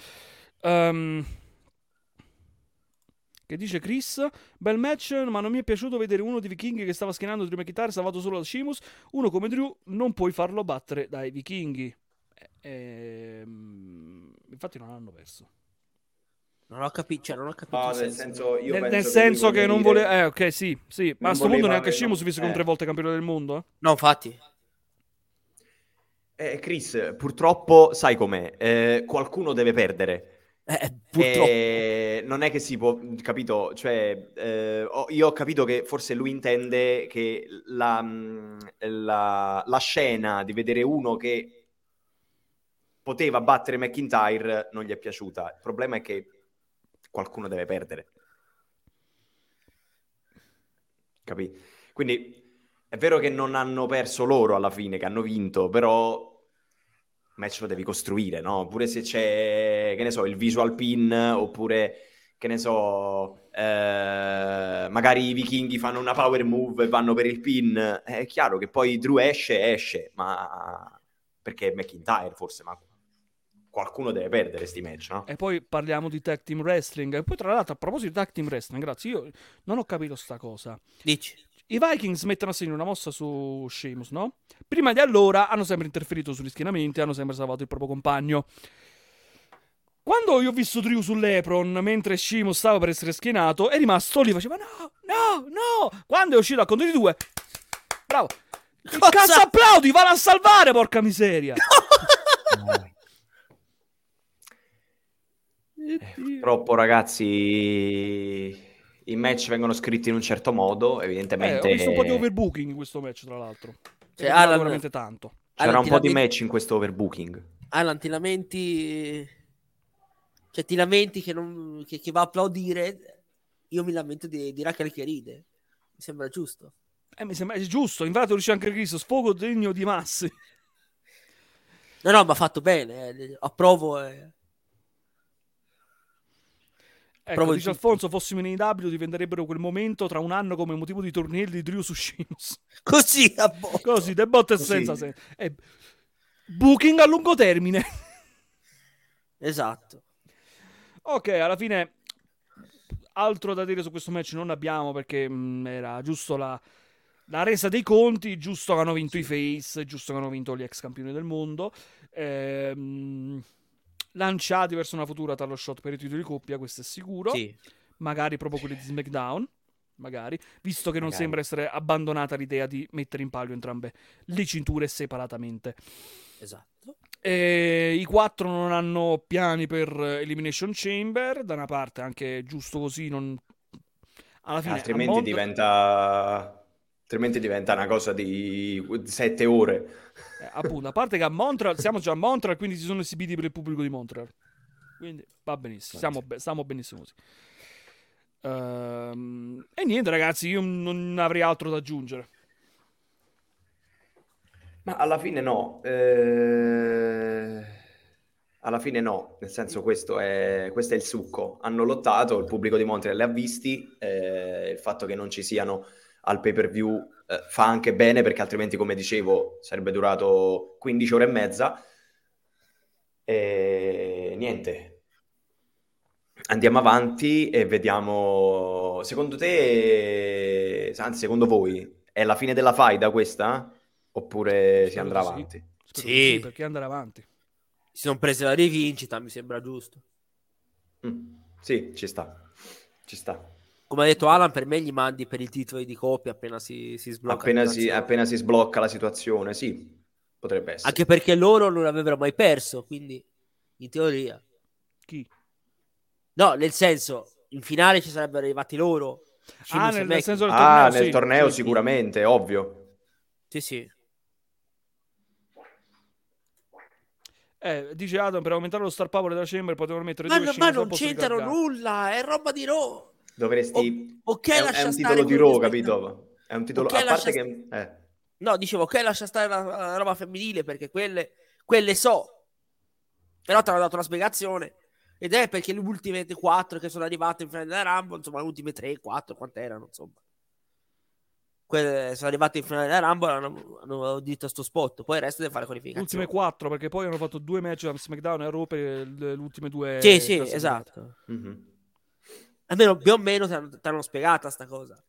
Che dice Chris, bel match, ma non mi è piaciuto vedere uno dei vichinghi che stava schienando Drew McIntyre salvato solo da Sheamus. Uno come Drew non puoi farlo battere dai vichinghi. Infatti non hanno perso. Non ho capito, non ho capito No, il nel senso. senso, io Nel penso senso che lui non voglia vuole... dire- ok, sì. Ma non a sto punto voleva neanche avere- Sheamus, visto che è un 3 eh. volte campione del mondo. No, infatti. Chris, purtroppo sai com'è, qualcuno deve perdere. Purtroppo. Non è che si può, capito? Cioè, io ho capito che forse lui intende che la scena di vedere uno che poteva battere McIntyre non gli è piaciuta. Il problema è che qualcuno deve perdere. Capì? Quindi è vero che non hanno perso loro alla fine, che hanno vinto, però il match lo devi costruire, no? Pure se c'è, che ne so, il visual pin, oppure, che ne so, magari i vichinghi fanno una power move e vanno per il pin, è chiaro che poi Drew esce, ma perché è McIntyre forse, ma qualcuno deve perdere sti match, no? E poi parliamo di tag team wrestling. E poi, tra l'altro, a proposito di tag team wrestling, grazie, io non ho capito sta cosa. Dici. I Vikings mettono a segno una mossa su Sheamus, no? Prima di allora hanno sempre interferito sugli schienamenti, hanno sempre salvato il proprio compagno. Quando io ho visto Drew sull'Epron mentre Sheamus stava per essere schienato, è rimasto lì, faceva no. Quando è uscito a conto di 2, bravo. Che Cosa? cazzo applaudi? Vanno a salvare, porca miseria. Purtroppo, ragazzi, i match vengono scritti in un certo modo, evidentemente. Ho visto un po' di overbooking in questo match, tra l'altro. Cioè, È Alan- veramente tanto. C'era Alan, un po' di match in questo overbooking. Alan, ti lamenti... Cioè, ti lamenti che, non... che va a applaudire? Io mi lamento di Raquel che ride. Mi sembra giusto. Mi sembra giusto. Infatti, dice anche Cristo, sfogo degno di masse. No, ma ha fatto bene. Approvo. Ecco, dice Alfonso, fossimo in AEW diventerebbero quel momento tra un anno come motivo di torneo di Drew su Sheamus. Così, a botto. Così, de botte e senza senso. Booking a lungo termine. Esatto. Ok, alla fine altro da dire su questo match non abbiamo, perché era giusto la resa dei conti, giusto che hanno vinto i face, giusto che hanno vinto gli ex campioni del mondo. Lanciati verso una futura title shot per i titoli di coppia, questo è sicuro. Sì. Magari proprio quelli di SmackDown, magari, visto che non Magari. sembra essere abbandonata l'idea di mettere in palio entrambe le cinture separatamente. Esatto. I 4 non hanno piani per Elimination Chamber, da una parte anche giusto così, non... alla fine Altrimenti diventa una cosa di 7 ore. appunto, a parte che a Montreal siamo già a Montreal, quindi si sono esibiti per il pubblico di Montreal, quindi va benissimo, stiamo benissimo così. E niente, ragazzi, io non avrei altro da aggiungere. Ma alla fine no. Alla fine no, nel senso questo è il succo. Hanno lottato, il pubblico di Montreal li ha visti, il fatto che non ci siano al pay-per-view fa anche bene, perché altrimenti, come dicevo, sarebbe durato 15 ore e mezza. E niente. Andiamo avanti e vediamo. Secondo te, anzi, secondo voi, è la fine della faida questa? Oppure si Spero andrà di sì. avanti? Spero di sì, perché andare avanti. Si sono prese la rivincita, mi sembra giusto. Sì, ci sta. Come ha detto Alan, per me gli mandi per il titolo di coppia appena si sblocca. Appena si sblocca la situazione, sì, potrebbe essere. Anche perché loro non avrebbero mai perso, quindi in teoria. Chi? No, nel senso, in finale ci sarebbero arrivati loro. Nel senso del torneo, nel sì. torneo Sì. sicuramente, ovvio. Sì. Dice Adam, per aumentare lo star power della Chamber potevano mettere Ma non c'entrano nulla, è roba di Raw. Dovresti... Ok, è lascia un stare titolo di quello Raw, di capito? È un titolo... Ok, a parte lascia che... No, dicevo, ok, lascia stare la roba femminile, perché quelle so. Però ti hanno dato la spiegazione. Ed è perché le ultime 4 che sono arrivate in finale della Rumble, insomma, le ultime 3, 4, quante erano, insomma. Quelle sono arrivate in finale della Rumble, hanno detto sto spot. Poi il resto deve fare qualificazione. Ultime 4, perché poi hanno fatto 2 match a SmackDown e Raw per le ultime 2. Sì, esatto. Mm-hmm. Almeno più o meno ti hanno spiegata sta cosa.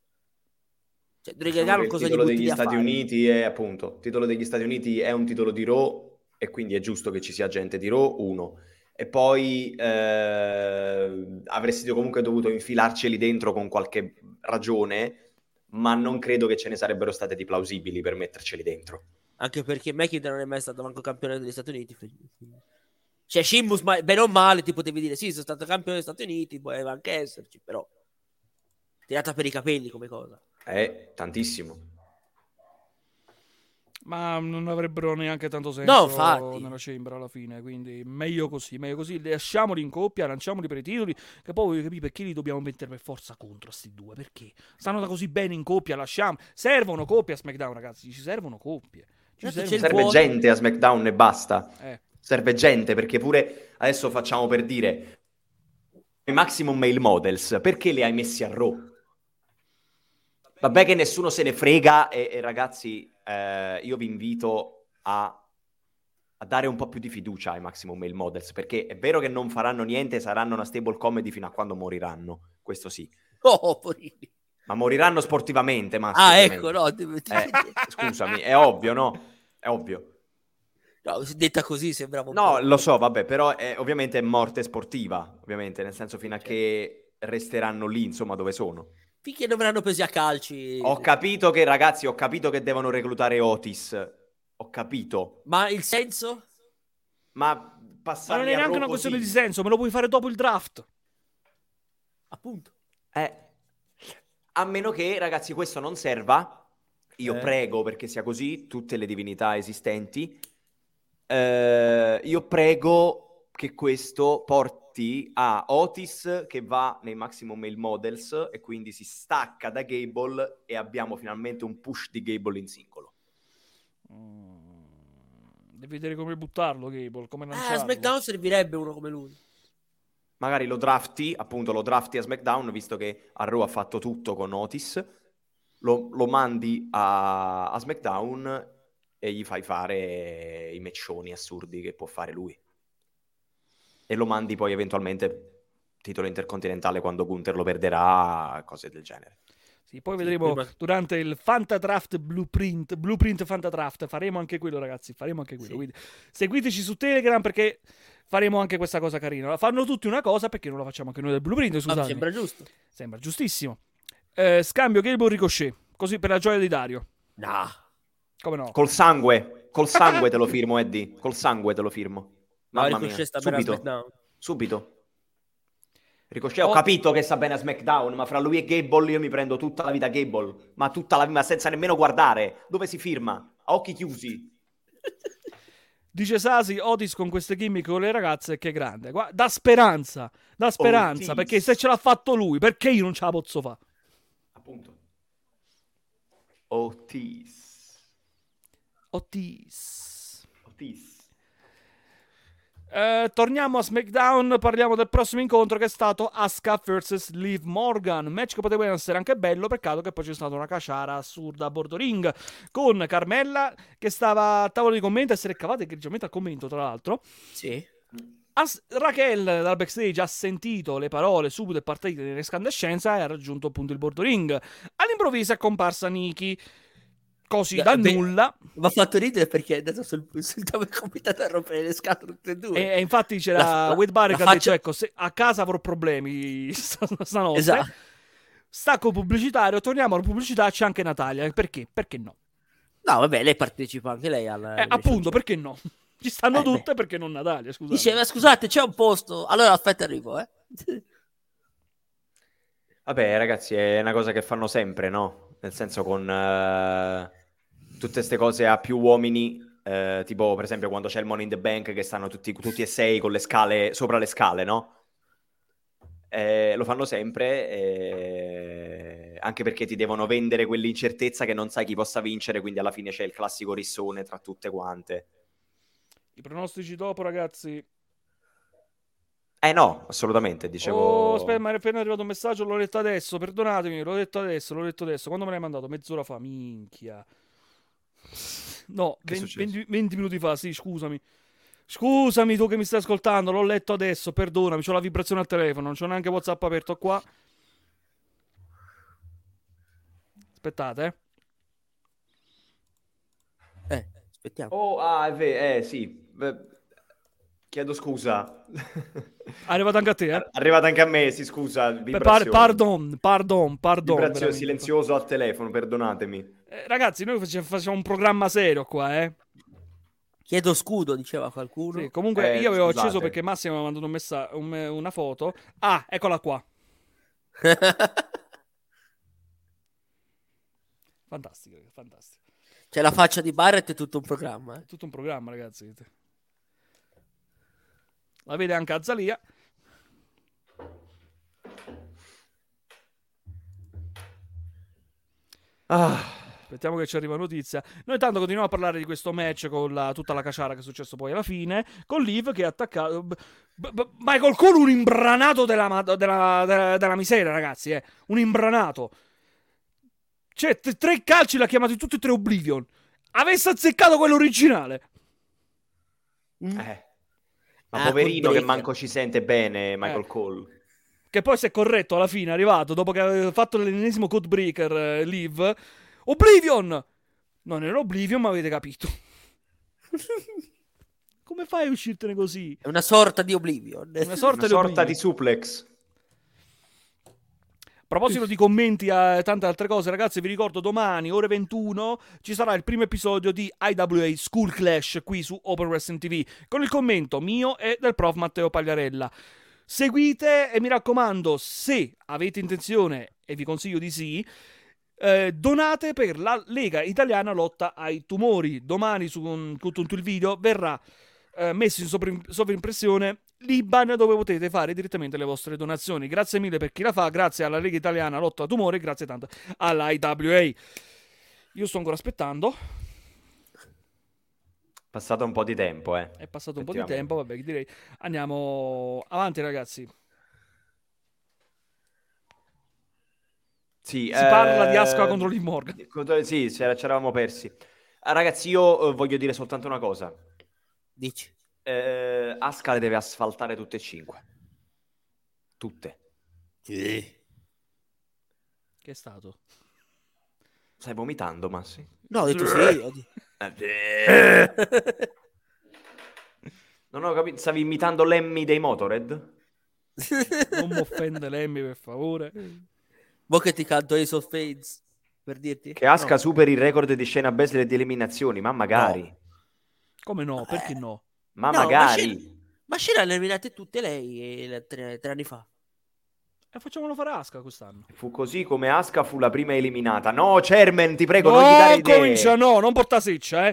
Cioè, Diciamo che il cosa titolo gli butti degli lì a Stati fare. Uniti è appunto, il titolo degli Stati Uniti è un titolo di Raw, e quindi è giusto che ci sia gente di Raw, uno. E poi avresti comunque dovuto infilarceli dentro con qualche ragione, ma non credo che ce ne sarebbero state di plausibili per metterceli dentro. Anche perché McIntyre non è mai stato manco campione degli Stati Uniti. Cioè, Sheamus, bene o male, ti potevi dire, sì, sono stato campione degli Stati Uniti, poteva anche esserci, però tirata per i capelli come cosa. Tantissimo. Ma non avrebbero neanche tanto No, senso infatti. nella Chamber alla fine, quindi meglio così, lasciamoli in coppia, lanciamoli per i titoli, che poi voglio capire perché li dobbiamo mettere per forza contro sti due, perché stanno da così bene in coppia, lasciamo, servono coppie a SmackDown, ragazzi, ci servono coppie. Certo, c'è il Serve vuoto. gente a SmackDown e basta. Eh. Serve gente, perché pure adesso facciamo per dire i Maximum Male Models, perché li hai messi a Raw? Vabbè che nessuno se ne frega e ragazzi, io vi invito a dare un po' più di fiducia ai Maximum Male Models, perché è vero che non faranno niente, saranno una stable comedy fino a quando moriranno, questo sì. Oh, porini. Ma moriranno sportivamente, Massimo. Ah, ovviamente. ecco, no. Scusami, è ovvio, no? È ovvio. No, detta così sembrava un No, po'. lo so, vabbè, però ovviamente è morte sportiva, ovviamente, nel senso fino a Certo. che resteranno lì, insomma, dove sono. Finché non verranno presi a calci. Ho capito che, ragazzi, ho capito che devono reclutare Otis. Ho capito. Ma il senso? Ma Ma non passarli è a neanche Raw una così. questione di senso, me lo puoi fare dopo il draft. Appunto. A meno che, ragazzi, questo non serva. Io Eh. prego perché sia così, tutte le divinità esistenti. Io prego che questo porti a Otis che va nei Maximum Male Models e quindi si stacca da Gable e abbiamo finalmente un push di Gable in singolo. Devi vedere come buttarlo, Gable, come A lanciarlo. SmackDown servirebbe uno come lui. Magari lo drafti a SmackDown, visto che a Raw ha fatto tutto con Otis, lo mandi a SmackDown e gli fai fare i matchoni assurdi che può fare lui. E lo mandi poi eventualmente titolo intercontinentale quando Gunther lo perderà, cose del genere. Sì, poi vedremo durante il Fantadraft Blueprint Fantadraft, faremo anche quello, ragazzi, faremo anche quello. Sì. Quindi seguiteci su Telegram perché faremo anche questa cosa carina. Fanno tutti una cosa, perché non la facciamo anche noi del Blueprint, Mi scusate. sembra giusto. Sembra giustissimo. Scambio Gable Ricochet, così per la gioia di Dario. No. Come no? Col sangue te lo firmo, Eddie, col sangue te lo firmo. Mamma mia, Ricochet sta bene a SmackDown. subito. Ricochet, ho capito che sta bene a SmackDown, ma fra lui e Gable io mi prendo tutta la vita Gable, ma tutta la vita senza nemmeno guardare. Dove si firma? A occhi chiusi. Dice Sasi, Otis con queste gimmick con le ragazze che grande. Da speranza, Otis. perché se ce l'ha fatto lui, perché io non ce la posso fare? Appunto. Otis. Torniamo a SmackDown, parliamo del prossimo incontro che è stato Asuka vs Liv Morgan, match che poteva essere anche bello, peccato che poi c'è stata una caciara assurda a bordo ring con Carmella che stava a tavolo di commento e si recavate egregiamente al commento, tra l'altro. Sì. Raquel dal backstage ha sentito le parole subito e partite in escandescenza e ha raggiunto appunto il bordo ring. All'improvviso è comparsa Nikki così da nulla. Mi ha fatto ridere perché è andato sul tavolo del comitato a rompere le scatole tutte e due. E infatti c'era Wade Barrett che ha detto, ecco, se a casa avrò problemi stanotte. Esatto. Stacco pubblicitario, torniamo alla pubblicità, c'è anche Natalia. Perché? Perché no? No, vabbè, lei partecipa anche lei alla... appunto, perché no? Ci stanno tutte, perché non Natalia, scusate. Diceva, scusate, c'è un posto. Allora aspetta, arrivo, Vabbè, ragazzi, è una cosa che fanno sempre, no? Nel senso con tutte queste cose a più uomini, tipo per esempio quando c'è il Money in the Bank che stanno tutti e sei con le scale, sopra le scale, no? Lo fanno sempre, anche perché ti devono vendere quell'incertezza che non sai chi possa vincere, quindi alla fine c'è il classico rissone tra tutte quante. I pronostici dopo, ragazzi. No, assolutamente, dicevo... Oh, aspetta, ma è appena arrivato un messaggio, l'ho letto adesso, perdonatemi, l'ho letto adesso. Quando me l'hai mandato? Mezz'ora fa, minchia. No, 20 minuti fa, sì, scusami. Scusami tu che mi stai ascoltando, l'ho letto adesso, perdonami, c'ho la vibrazione al telefono, non c'ho neanche WhatsApp aperto qua. Aspettate, aspettiamo. Oh, è vero, sì. Beh, chiedo scusa. È arrivato anche a te, È arrivato anche a me, sì, scusa. Pardon. Vibrazione veramente. silenzioso al telefono, perdonatemi. Ragazzi, noi facciamo un programma serio qua, eh. Chiedo scudo, diceva qualcuno. Sì, comunque io avevo Scusate. acceso perché Massimo mi ha mandato una foto. Ah, eccola qua. Fantastico. C'è la faccia di Barrett, è tutto un programma. È tutto un programma, ragazzi. La vede anche Azzalia. Aspettiamo che ci arriva notizia. Noi intanto continuiamo a parlare di questo match con tutta la caciara che è successo poi alla fine. Con Liv che ha attaccato Michael Cole, un imbranato della miseria, ragazzi. Un imbranato. Cioè, 3 calci l'ha chiamato tutti e 3 Oblivion. Avesse azzeccato quello originale. Ma poverino che manco ci sente bene Michael Cole. Che poi si è corretto alla fine, è arrivato dopo che aveva fatto l'ennesimo codebreaker Liv. Oblivion! Non era Oblivion, ma avete capito. Come fai a uscirtene così? È una sorta di Oblivion. Una sorta di suplex. A proposito di commenti e tante altre cose, ragazzi, vi ricordo domani, ore 21, ci sarà il primo episodio di IWA School Clash qui su Open Wrestling TV, con il commento mio e del prof Matteo Pagliarella. Seguite e mi raccomando, se avete intenzione, e vi consiglio di sì, donate per la Lega Italiana Lotta ai Tumori. Domani con tutto il video verrà messo in sovrimpressione l'IBAN dove potete fare direttamente le vostre donazioni. Grazie mille per chi la fa, grazie alla Lega Italiana Lotta ai Tumori, grazie tanto all'IWA. Io sto ancora aspettando. Passato un po' di tempo, È passato un po' di tempo, vabbè, direi andiamo avanti, ragazzi. Sì, Si parla di Asuka contro Liv Morgan. Sì, ci eravamo persi. Ragazzi, io voglio dire soltanto una cosa. Dici. Asuka le deve asfaltare tutte e 5. Tutte. Sì. Che è stato? Stai vomitando, Massi? No, ho detto sì. Non ho capito, stavi imitando Lemmy dei Motorhead? Non mi offende Lemmy, per favore. Mo che ti canto Ace of Spades, per dirti? Che Asuka superi il record di Shayna Baszler di eliminazioni, ma magari. No. Come no? Perché no? Ma magari. Ma Shayna le ha eliminate tutte lei 3 anni fa. E facciamolo fare Asuka quest'anno. Fu così come Asuka fu la prima eliminata. No, Chairman, ti prego, non No, gli dare idee. comincia, no, non porta seccia,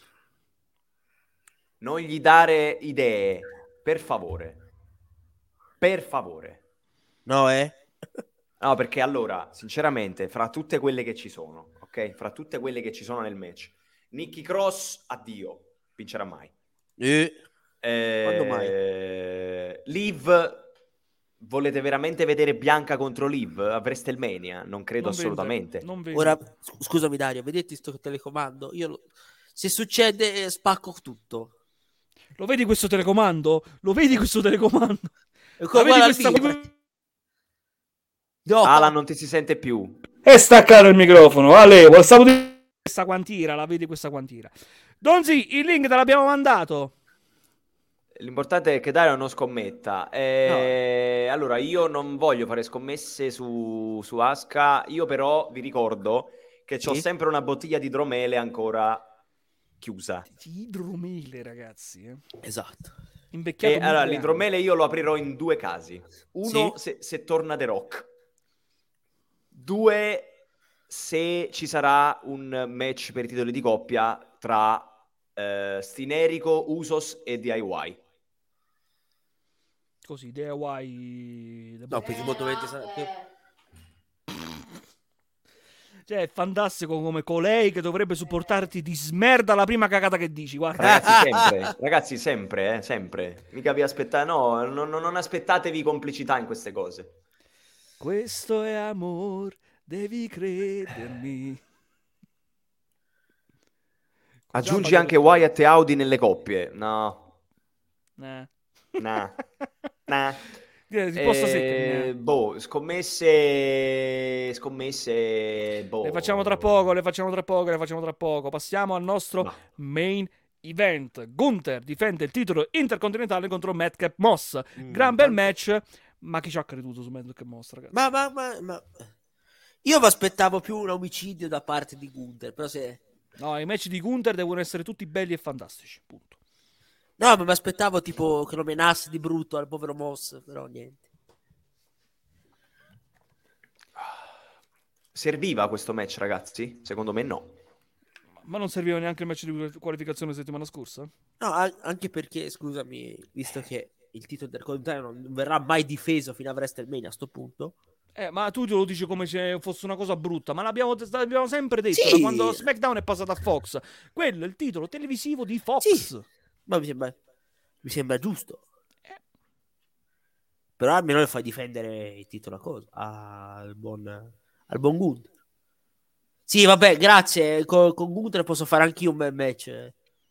Non gli dare idee, per favore. Per favore. No, No, perché allora, sinceramente, fra tutte quelle che ci sono, ok? Fra tutte quelle che ci sono nel match, Nikki Cross, addio, vincerà mai. Quando mai? Liv, volete veramente vedere Bianca contro Liv a WrestleMania? Non credo assolutamente. Non vedo. Ora, scusami Dario, vedete sto telecomando? Se succede spacco tutto. Lo vedi questo telecomando? Lo vedi questo telecomando? La vedi questa... No. Alan, non ti si sente più. È staccato il microfono. Ale, stavo di questa quantira, la vedi questa quantira. Donzi, il link te l'abbiamo mandato. L'importante è che Dario non scommetta. No. Allora, io non voglio fare scommesse su Asuka. Io però vi ricordo che Sì? c'ho sempre una bottiglia di idromele ancora chiusa. Di idromele, ragazzi. Esatto. Invecchiato. Allora, l'idromele io lo aprirò in 2 casi. Uno, Sì? se torna The Rock. 2, se ci sarà un match per i titoli di coppia tra Stinerico, Usos e DIY. Così, DIY. No, perché molto bene Cioè, è fantastico come colei che dovrebbe supportarti di smerda la prima cagata che dici, guarda. Ragazzi, sempre. Mica vi aspettate, no, non aspettatevi complicità in queste cose. Questo è amor, devi credermi. Aggiungi anche Wyatt e Audi nelle coppie. No. Nah. Risposta secca. Boh, scommesse. Boh. Le facciamo tra poco. Passiamo al nostro main event. Gunther difende il titolo intercontinentale contro Madcap Moss. Gran bel match. Ma chi ci ha creduto su Madcap Moss, ragazzi? Ma io mi aspettavo più un omicidio da parte di Gunther, però se... No, i match di Gunther devono essere tutti belli e fantastici, punto. No, ma mi aspettavo tipo che lo menasse di brutto al povero Moss, però niente. Serviva questo match, ragazzi? Secondo me no. Ma non serviva neanche il match di qualificazione settimana scorsa? No, anche perché, scusami, visto che il titolo intercontinentale non verrà mai difeso fino a WrestleMania a sto punto. Ma tu lo dici come se fosse una cosa brutta, ma l'abbiamo sempre detto Sì. da quando SmackDown è passato a Fox. Quello è il titolo televisivo di Fox. Sì. Ma mi sembra giusto. Però almeno le fai difendere il titolo a cosa? Al buon Gunther. Sì, vabbè, grazie. Con Gunther posso fare anch'io un bel match.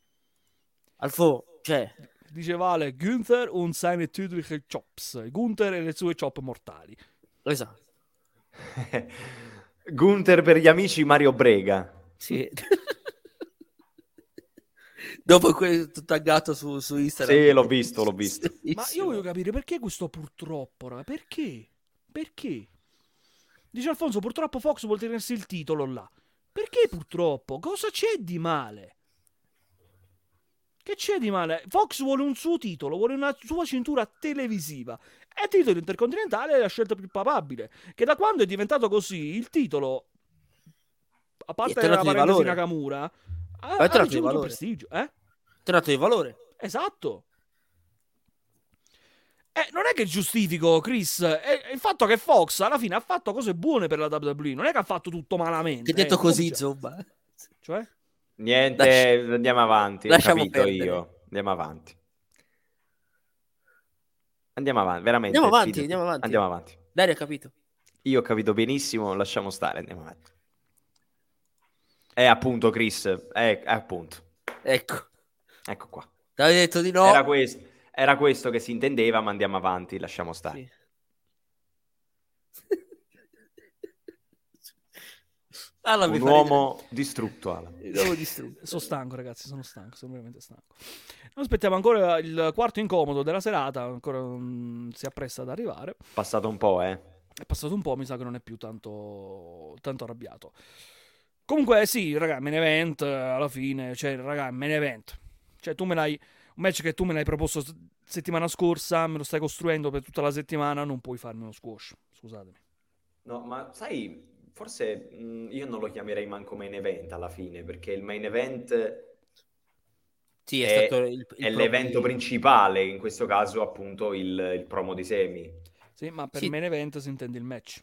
Cioè... Dice Vale, Gunther un seine tödliche Chops. Gunther e le sue chop mortali. Esatto. Gunther per gli amici Mario Brega. Sì. Dopo questo taggato su Instagram. Sì, l'ho visto. Ma io voglio capire perché questo purtroppo, raga? Perché? Dice Alfonso, purtroppo Fox vuol tenersi il titolo là. Perché purtroppo? Cosa c'è di male? Che c'è di male? Fox vuole un suo titolo, vuole una sua cintura televisiva. E il titolo intercontinentale è la scelta più papabile. Che da quando è diventato così, il titolo, a parte la parentesi Nakamura, ha ricevuto prestigio. Tratto di valore. Esatto. Non è che giustifico, Chris, è il fatto che Fox alla fine ha fatto cose buone per la WWE. Non è che ha fatto tutto malamente. Che detto così, insomma. Cioè? Niente, andiamo avanti. Lasciamo capito perdere. io. Andiamo avanti, veramente. Andiamo avanti. Dario ha capito. Io ho capito benissimo, lasciamo stare, andiamo avanti. Appunto, Chris, appunto. Ecco qua. T'avevo detto di no. Era questo che si intendeva, ma andiamo avanti, lasciamo stare. Sì. Un uomo distrutto, Alan. Sono stanco, ragazzi, sono veramente stanco. Noi aspettiamo ancora il quarto incomodo della serata, ancora si appresta ad arrivare. Passato un po', È passato un po', mi sa che non è più tanto arrabbiato. Comunque sì, raga, main event alla fine, cioè, raga, main event. Cioè, un match che tu me l'hai proposto settimana scorsa, me lo stai costruendo per tutta la settimana, non puoi farmi uno squash, scusatemi. No, ma sai, forse io non lo chiamerei manco main event alla fine, perché il main event sì, è stato è l'evento principale, in questo caso appunto il promo di Semi. Sì, ma per main event si intende il match.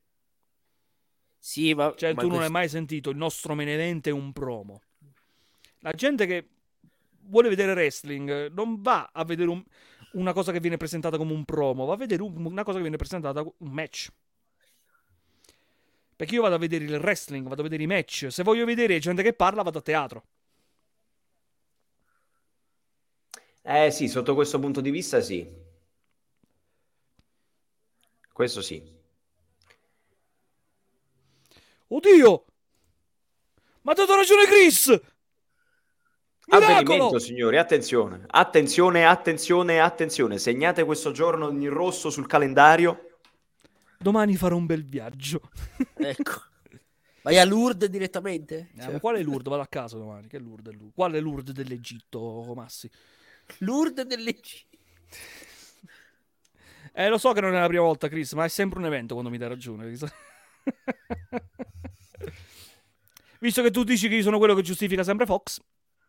Sì, ma... Cioè, ma tu non hai mai sentito il nostro main event è un promo. La gente che vuole vedere wrestling non va a vedere una cosa che viene presentata come un promo, va a vedere una cosa che viene presentata come un match. Perché io vado a vedere il wrestling, vado a vedere i match. Se voglio vedere gente che parla, vado a teatro. Sì, sotto questo punto di vista sì. Questo sì. Oddio! Ma ha dato ragione Chris! Miracolo! Avvenimento, signori, attenzione. Segnate questo giorno in rosso sul calendario. Domani farò un bel viaggio. Ecco. Vai a Lourdes direttamente? Ma quale Lourdes? Vado a casa domani. Che Lourdes? Quale Lourdes dell'Egitto, Massi? Lourdes dell'Egitto. Lo so che non è la prima volta, Chris, ma è sempre un evento quando mi dai ragione. Visto che tu dici che io sono quello che giustifica sempre Fox.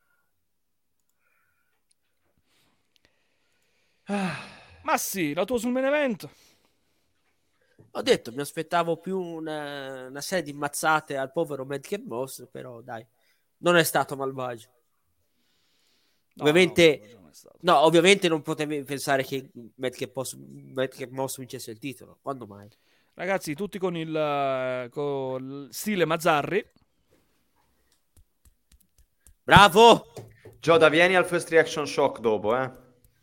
Ma sì, la tua sul main event. Ho detto, mi aspettavo più una serie di mazzate al povero Madcap Moss, però dai, non è stato malvagio. Ovviamente, ovviamente non potevi pensare che Madcap Moss vincesse il titolo. Quando mai? Ragazzi, tutti con il stile Mazzarri. Bravo! Gioda, vieni al First Reaction Shock dopo,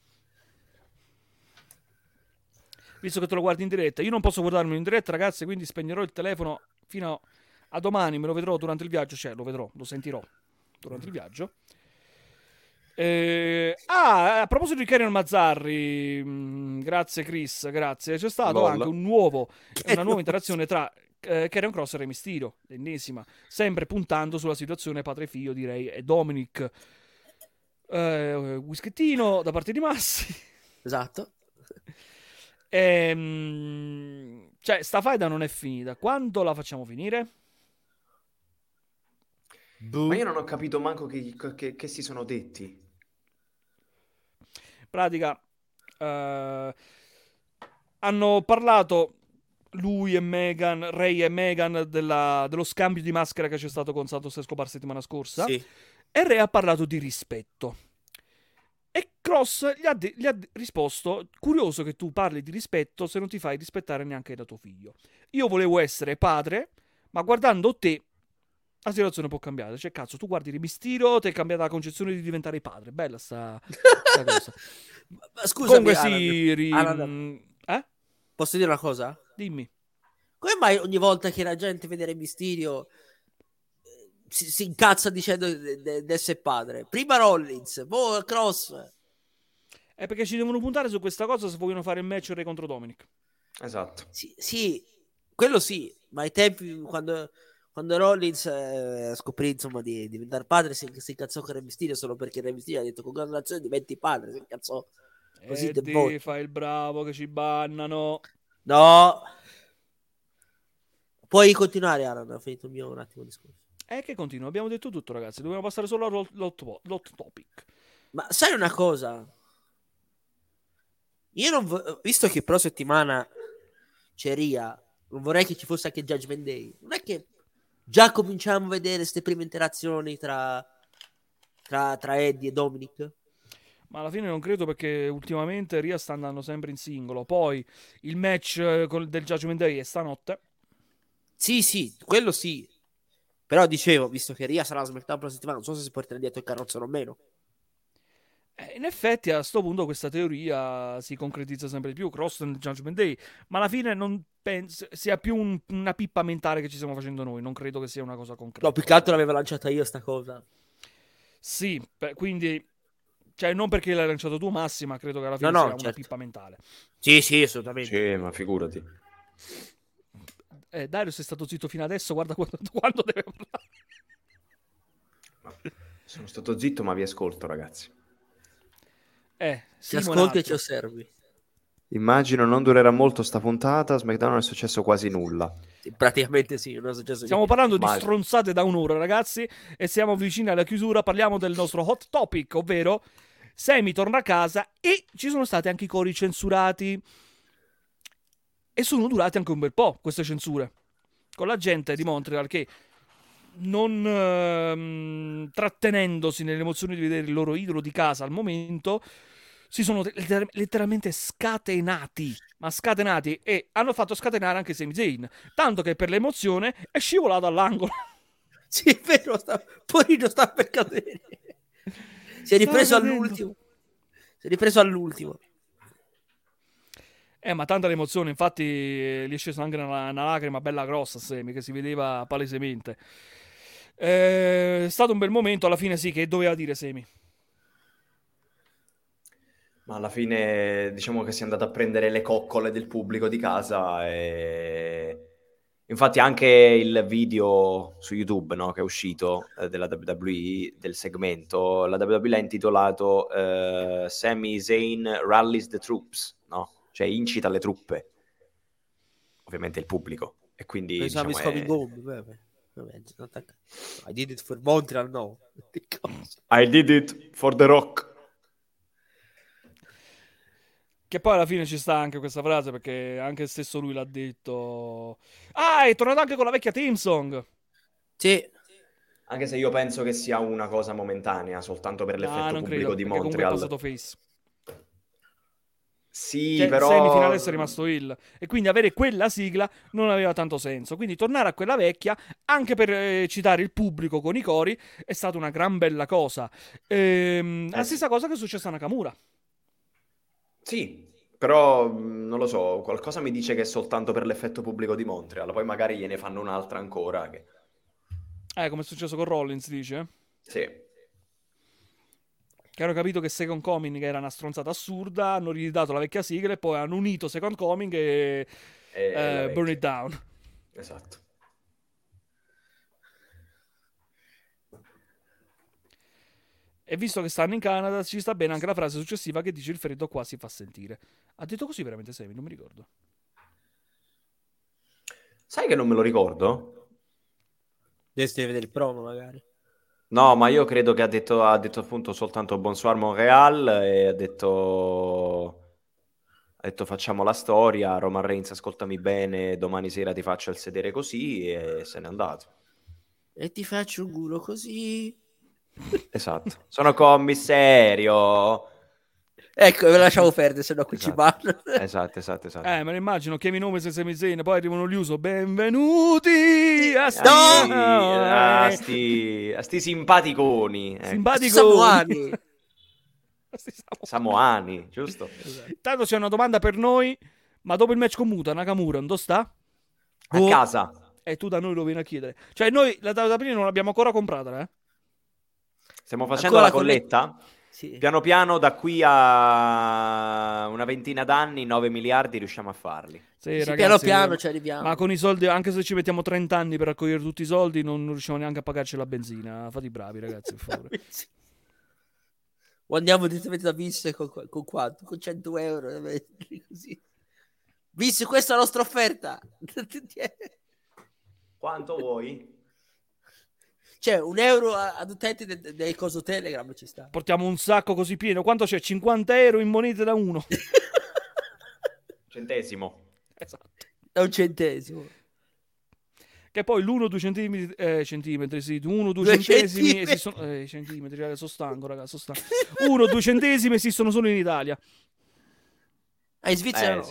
Visto che te lo guardi in diretta. Io non posso guardarmi in diretta, ragazzi, quindi spegnerò il telefono fino a domani. Me lo vedrò durante il viaggio. Cioè, lo sentirò durante il viaggio. A proposito di Karen Mazzarri, grazie Chris, grazie. C'è stato Lol. anche una nuova interazione tra Karrion Kross e Re Mysterio, l'ennesima, sempre puntando sulla situazione padre-figlio, direi, e Dominic. Whischettino da parte di Massi. Esatto. Cioè, sta faida non è finita. Quando la facciamo finire? Ma io non ho capito manco che si sono detti. In pratica hanno parlato lui e Meghan, Ray e Meghan dello scambio di maschera che c'è stato con Santos Escobar settimana scorsa. Sì. E Ray ha parlato di rispetto. E Cross gli ha risposto: curioso che tu parli di rispetto se non ti fai rispettare neanche da tuo figlio. Io volevo essere padre, ma guardando te la situazione può cambiare. Cioè, cazzo, tu guardi Re Mysterio, ti è cambiata la concezione di diventare padre. Bella sta cosa. Ma scusami, Comunque sì, Alan, posso dire una cosa? Dimmi. Come mai ogni volta che la gente vede Re Mysterio si incazza dicendo di essere padre? Prima Rollins, poi Cross. È perché ci devono puntare su questa cosa se vogliono fare il match Re contro Dominic. Esatto. Sì, quello sì, ma ai tempi quando Rollins scoprì insomma di diventare padre si incazzò con Re Mysterio solo perché Re Mysterio ha detto congratulazioni diventi padre, si incazzò così Eddie, fai il bravo che ci bannano. No, puoi continuare Alan, ho finito il mio un attimo discorso. Che continua, abbiamo detto tutto ragazzi, dobbiamo passare solo all'hot topic. Ma sai una cosa? Io non visto che pro settimana c'è Ria, non vorrei che ci fosse anche Judgment Day. Non è che già cominciamo a vedere queste prime interazioni tra Eddie e Dominic? Ma alla fine non credo perché ultimamente Ria sta andando sempre in singolo. Poi il match del Judgment Day è stanotte. Sì, quello sì. Però dicevo, visto che Ria sarà a SmackDown per la settimana, non so se si porterà dietro il carrozzone o meno. In effetti a sto punto questa teoria si concretizza sempre di più. Cross nel Judgment Day. Ma alla fine non penso sia più una pippa mentale che ci stiamo facendo noi. Non credo che sia una cosa concreta. No, più che altro l'avevo lanciata io sta cosa. Sì, quindi... Cioè, non perché l'hai lanciato tu, Massima, credo che alla fine No, sia certo. una pippa mentale. Sì, assolutamente. Sì, ma figurati. Darius è stato zitto fino adesso, guarda quando deve parlare. Sono stato zitto, ma vi ascolto, ragazzi. Ci ascolti e ci osservi. Immagino non durerà molto sta puntata, a SmackDown non è successo quasi nulla. Sì, praticamente sì, non è successo Stiamo parlando di Mai. stronzate da un'ora, ragazzi, e siamo vicini alla chiusura. Parliamo del nostro hot topic, ovvero Sami torna a casa e ci sono stati anche i cori censurati. E sono durati anche un bel po' queste censure. Con la gente di Montreal che, non trattenendosi nelle emozioni di vedere il loro idolo di casa al momento, si sono letteralmente scatenati. Ma scatenati. E hanno fatto scatenare anche Sami Zayn. Tanto che per l'emozione è scivolato all'angolo. Sì, è vero, Porino sta per cadere. Si è ripreso all'ultimo. Ma tanta l'emozione, infatti gli è scesa anche una lacrima bella grossa a Sami, che si vedeva palesemente. È stato un bel momento, alla fine sì, che doveva dire Sami. Ma alla fine diciamo che si è andato a prendere le coccole del pubblico di casa e... Infatti anche il video su YouTube, no, che è uscito della WWE, del segmento, la WWE l'ha intitolato Sami Zayn Rallies the Troops, no? Cioè incita le truppe, ovviamente il pubblico. E quindi Pensavo diciamo coming home. I did it for Montreal, no. I did it for The Rock. Che poi alla fine ci sta anche questa frase, perché anche stesso lui l'ha detto. È tornato anche con la vecchia theme song. Sì. Anche se io penso che sia una cosa momentanea, soltanto per l'effetto non pubblico credo, di perché comunque è Montreal. passato face. Sì, Cioè, però... Sami fino adesso è rimasto heel. E quindi avere quella sigla non aveva tanto senso. Quindi tornare a quella vecchia, anche per citare il pubblico con i cori, è stata una gran bella cosa. La stessa cosa che è successa a Nakamura. Sì, però non lo so, qualcosa mi dice che è soltanto per l'effetto pubblico di Montreal, poi magari gliene fanno un'altra ancora. Come è successo con Rollins, dice? Sì. Che hanno capito che Second Coming era una stronzata assurda, hanno ridato la vecchia sigla e poi hanno unito Second Coming e la Burn vecchia. It Down. Esatto. E visto che stanno in Canada, ci sta bene anche la frase successiva che dice il freddo qua si fa sentire. Ha detto così veramente Semi? Non mi ricordo. Sai che non me lo ricordo? Dovresti vedere il promo, magari. No, ma io credo che ha detto appunto soltanto Bonsoir Montreal e ha detto facciamo la storia, Roman Reigns ascoltami bene, domani sera ti faccio il sedere così e se n'è andato. E ti faccio un culo così. Esatto. Sono commissario. Ecco, ve la lasciamo perdere, se no qui ci Esatto. vanno. Esatto. Me lo immagino, Kevin Owens e Sami Zayn, poi arrivano gli Uso, benvenuti a sti simpaticoni. Ecco. Simpatico. Samoani. Samoani, giusto? Esatto. Tanto c'è una domanda per noi, ma dopo il match con Muta, Nakamura, dove sta? A casa. E tu da noi lo vieni a chiedere. Cioè noi la WWE non l'abbiamo ancora comprata, eh? Stiamo facendo Ancora la colletta? Sì. Piano piano, da qui a una ventina d'anni, 9 miliardi riusciamo a farli. Sì, Sì, ragazzi, piano piano ci arriviamo. ma con i soldi, anche se ci mettiamo 30 anni per raccogliere tutti i soldi, non riusciamo neanche a pagarci la benzina. Fate i bravi, ragazzi, per favore. O andiamo direttamente da Vince con quanto? Con 100 euro. Così. Vince, questa è la nostra offerta. Quanto vuoi? Cioè, €1 ad utente del coso Telegram ci sta. Portiamo un sacco così pieno. Quanto c'è? 50 euro in monete da uno. Centesimo. Esatto. Da un centesimo. Che poi l'1-2 centimetri, sì, 1-2 2 centesimi centimetri. esistono, centimetri, raga, sono stanco, raga, sono stanco. 1-2 centesimi esistono solo in Italia. In Svizzera no. Sì.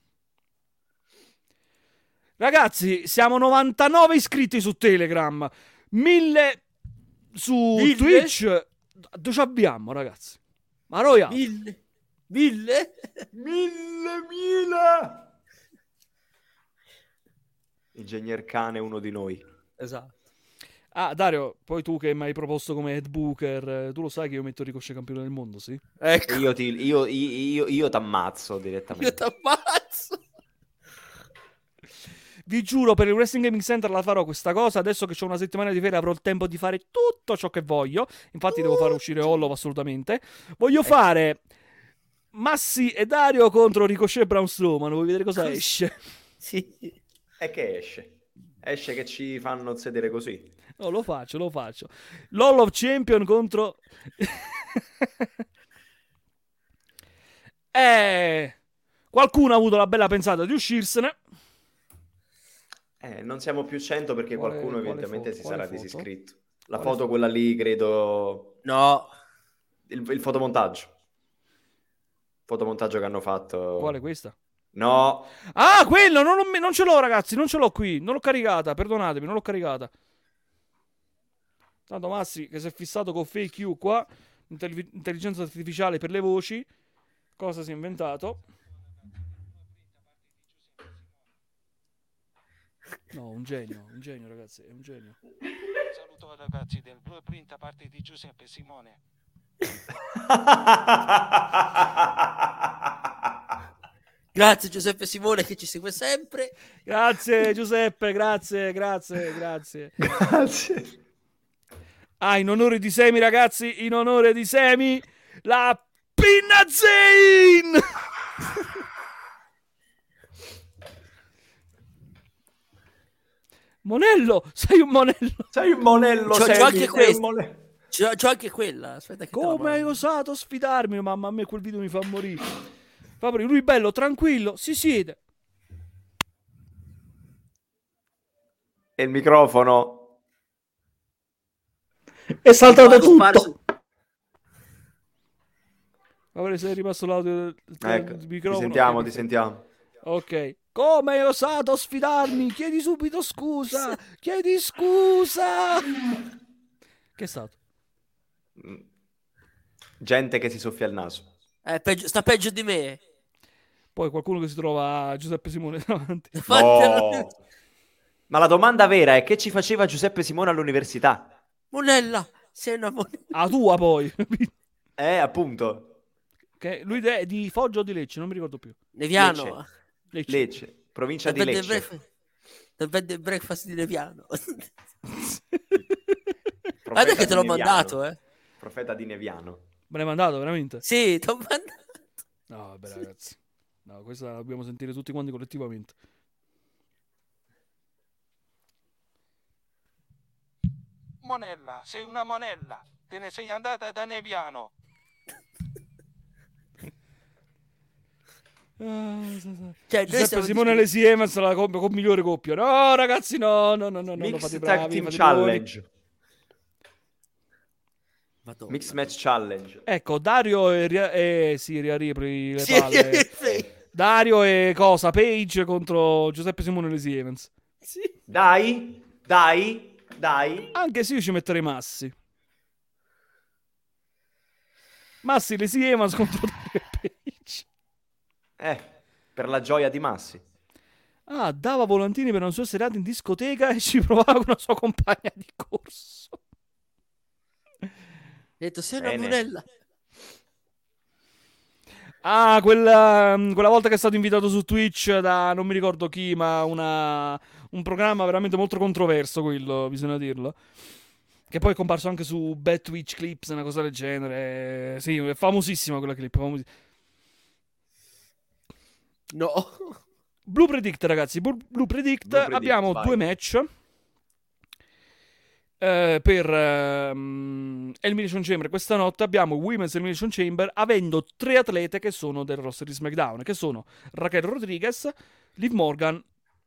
Ragazzi, siamo 99 iscritti su Telegram, 1000 su 1000? Twitch. Dove ci abbiamo, ragazzi? Ma Roya, 1000? 1000. Ingegner Cane, uno di noi. Esatto. Ah, Dario, poi tu che mi hai proposto come head booker, tu lo sai che io metto Ricochet campione del mondo, sì? Ecco. E io t'ammazzo direttamente. Io t'ammazzo. Vi giuro, per il Wrestling Gaming Center la farò questa cosa. Adesso che ho una settimana di ferie avrò il tempo di fare tutto ciò che voglio. Infatti devo fare uscire Hollov assolutamente. Voglio fare Massi e Dario contro Ricochet e Braun Strowman. Vuoi vedere cosa esce? Sì. E che esce? Esce che ci fanno sedere così. No, lo faccio. L'Hall of Champion contro... Qualcuno ha avuto la bella pensata di uscirsene. Non siamo più 100 perché qualcuno quale evidentemente foto? si sarà Quale foto? disiscritto. La Quale foto, quella lì, credo... No. Il fotomontaggio. Fotomontaggio che hanno fatto. Quale questa? No. Ah, quello! Non ce l'ho, ragazzi, non ce l'ho qui. Non l'ho caricata, perdonatemi, non l'ho caricata. Tanto Massi che si è fissato con fake you qua. Intelligenza artificiale per le voci. Cosa si è inventato? No, un genio, ragazzi, è un genio. Saluto ragazzi del Blueprint a parte di Giuseppe Simone. Grazie Giuseppe Simone che ci segue sempre. Grazie Giuseppe, grazie. Grazie. Ah, in onore di Semi, ragazzi, in onore di Semi, la Pinna Zayn! Monello, sei un monello. Sei un monello, C'ho Sammy, anche sei questo. un monello. C'ho anche quella. Aspetta che te la Come hai mando. osato sfidarmi? Mamma, a me quel video mi fa morire. Fa morire. Lui bello, tranquillo, si siede. E il microfono. È saltato Vado tutto. sparso. Ma vedere se è rimasto l'audio Ecco, del ti microfono. sentiamo, Ok, ti sentiamo. Ok. Come hai osato sfidarmi? Chiedi subito scusa. Chiedi scusa. Che è stato? Gente che si soffia il naso. Sta peggio di me. Poi qualcuno che si trova Giuseppe Simone davanti. No. Ma la domanda vera è: che ci faceva Giuseppe Simone all'università? Monella, sei una monella. A tua poi. Appunto. Che lui è di Foggia o di Lecce, non mi ricordo più. Neviano. Lecce, provincia di Lecce. Del bed and breakfast di Neviano. Profeta Guarda che te l'ho di Neviano. mandato, Profeta di Neviano. Me l'hai mandato, veramente? Sì, ti ho mandato. No, vabbè, ragazzi. No, questa la dobbiamo sentire tutti quanti collettivamente. Monella, sei una monella. Te ne sei andata da Neviano. Cioè, noi Giuseppe stiamo Simone e Lacey Evans la con migliore coppia. No, ragazzi, no, non lo Mix fate Tag bravi, Team fate Challenge. Madonna. Mix Match Challenge. buoni. Ecco, Dario e sì, riapri le Sì, palle. sì. Dario e cosa? Page contro Giuseppe Simone e Lacey Evans. Sì. Dai. Anche se io ci metterei Massi. Massi, Lacey Evans contro Dario e Page. Per la gioia di Massi. Ah, dava volantini per una sua serata in discoteca e ci provava con una sua compagna di corso. Ho detto, sei una Bene. monella. Ah, quella volta che è stato invitato su Twitch da non mi ricordo chi, ma un programma veramente molto controverso, quello, bisogna dirlo. Che poi è comparso anche su Bad Twitch Clips, una cosa del genere. Sì, è famosissima quella clip. No. Blue Predict, ragazzi. Blue Predict, Blue Predict, abbiamo vai. 2 match. Per Elimination Chamber questa notte abbiamo Women's Elimination Chamber avendo 3 atlete che sono del roster di SmackDown, che sono Raquel Rodriguez, Liv Morgan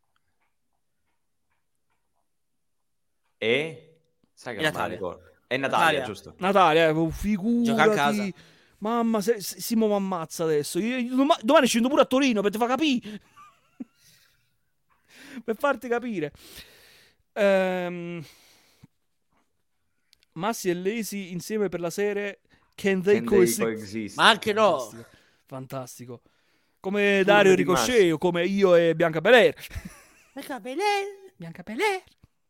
E sai che E non me la Natalia. ricordo. È Natalia, Natalia. giusto? Natalia. Gioca a Figurati, casa. mamma, Simo mi ammazza adesso. Io domani scendo pure a Torino per te fa capire. Per farti capire. Massi e Lacey insieme per la serie Can They Can Coexist? coexist? Ma anche no. Fantastico. Fantastico. Come Dario e di Ricochet Massi. o come io e Bianca Belair. Bianca Belair.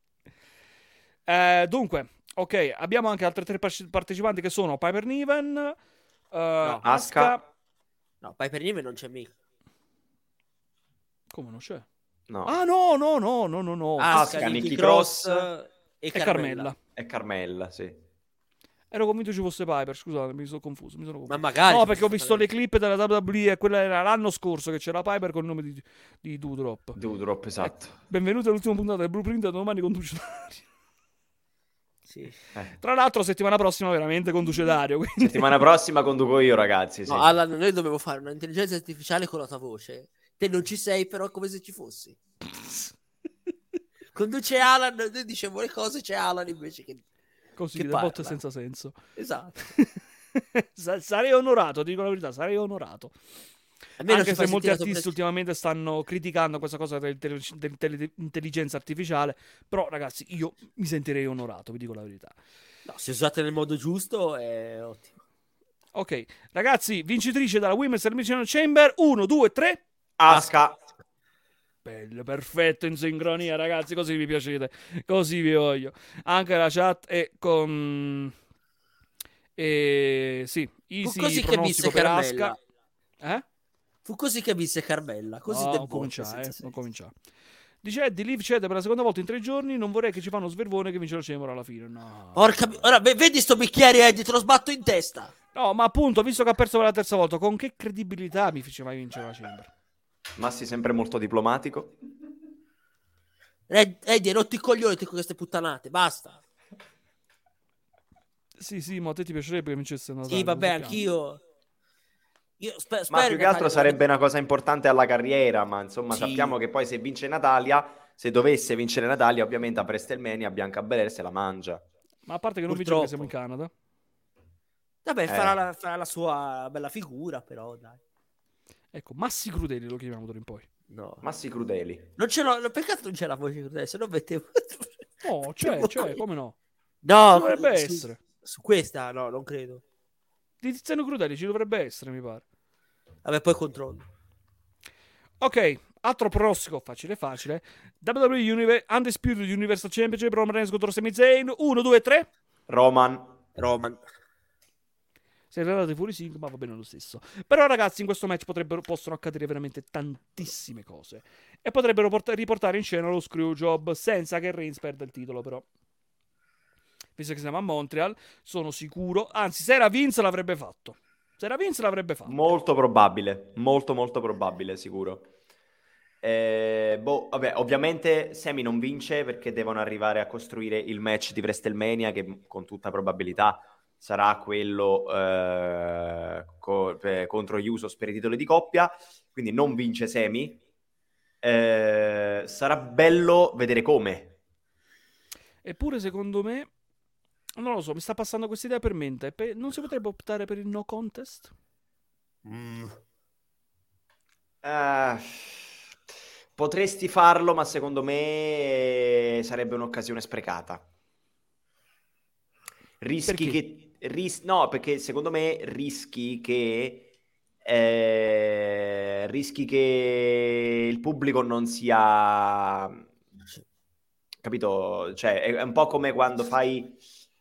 Dunque, ok, abbiamo anche altre 3 partecipanti che sono Piper Niven, Asuka. Asuka. No, Piper Niven non c'è mica. Come non c'è? No. Ah, no. Asuka, Nikki Cross e Carmella. e Carmella, sì. Ero convinto ci fosse Piper, scusate, mi sono confuso. Ma magari. No, perché ho visto le clip della WWE e quella era l'anno scorso che c'era Piper con il nome di Doudrop. Doudrop, esatto. Benvenuti all'ultima puntata del Blueprint, da domani conduce Dario. Sì. Tra l'altro settimana prossima veramente conduce Dario. Quindi... Settimana prossima conduco io, ragazzi. Sì. No, Alan, noi dobbiamo fare un'intelligenza artificiale con la tua voce. Te non ci sei, però è come se ci fossi. Conduce Alan, noi diciamo le cose, c'è Alan invece che... Così, che le parla. botte senza senso. Esatto. Sarei onorato, ti dico la verità, sarei onorato. Almeno Anche ci se fai molti sentire la tua artisti ultimamente stanno criticando questa cosa dell'intelligenza artificiale, però ragazzi, io mi sentirei onorato, vi dico la verità. No, se usate nel modo giusto è ottimo. Ok, ragazzi, vincitrice dalla Women's Elimination Chamber, 1, 2, 3. Asuka. Bello, perfetto, in sincronia, ragazzi, così vi piacete, così vi voglio. Anche la chat è con... sì, easy così che pronostico visse per Carmella. Asuka. Fu così che visse Carmella. Così No, del non botte, cominciare, senza non senso. cominciare. Dice Eddie, Liv cede per la seconda volta in 3 giorni, non vorrei che ci fanno svervone che vince la Chamber alla fine. No. Porca... Ora, vedi sto bicchiere, Eddie, te lo sbatto in testa. No, ma appunto, visto che ha perso per la terza volta, con che credibilità mi faceva vincere la Chamber? Massi sempre molto diplomatico. Eddie, rotti i coglioni te con queste puttanate, basta. Sì, ma a te ti piacerebbe che vincesse Natalia? Sì, lo vabbè, sappiamo. anch'io... Io spero Ma più che altro sarebbe una cosa importante alla carriera, ma insomma Sì. sappiamo che poi se vince Natalia, se dovesse vincere Natalia, ovviamente a WrestleMania Bianca Belair se la mangia. Ma a parte che non vince Purtroppo. perché siamo in Canada. Vabbè, farà la sua bella figura, però, dai. Ecco, Massi Crudeli lo chiamiamo d'ora in poi. No. Massi Crudeli. Non ce l'ho, peccato non c'è la voce crudele, se no mettevo... No, c'è, come no? No, Dovrebbe su- essere. Su questa, no, non credo. Di Tiziano Crudeli ci dovrebbe essere, mi pare. Vabbè, poi controllo. Ok, altro pronostico facile. WWE Undisputed Universal Championship, Roman Reigns contro Sami Zayn. 1, 2, 3. Roman. Se errate fuori Sigma va bene lo stesso. Però ragazzi, in questo match possono accadere veramente tantissime cose. E potrebbero riportare in scena lo Screwjob senza che Reigns perda il titolo, però. Visto che siamo a Montreal, sono sicuro. Anzi, se era Vince l'avrebbe fatto. Molto probabile, molto probabile, sicuro. Vabbè, ovviamente Sami non vince perché devono arrivare a costruire il match di WrestleMania che con tutta probabilità sarà quello contro gli Usos per i titoli di coppia, quindi non vince Sami. Sarà bello vedere come. Eppure secondo me, non lo so, mi sta passando questa idea per mente. Non si potrebbe optare per il no contest? Potresti farlo, ma secondo me sarebbe un'occasione sprecata. No, perché secondo me rischi che il pubblico non sia, capito? Cioè è un po' come quando fai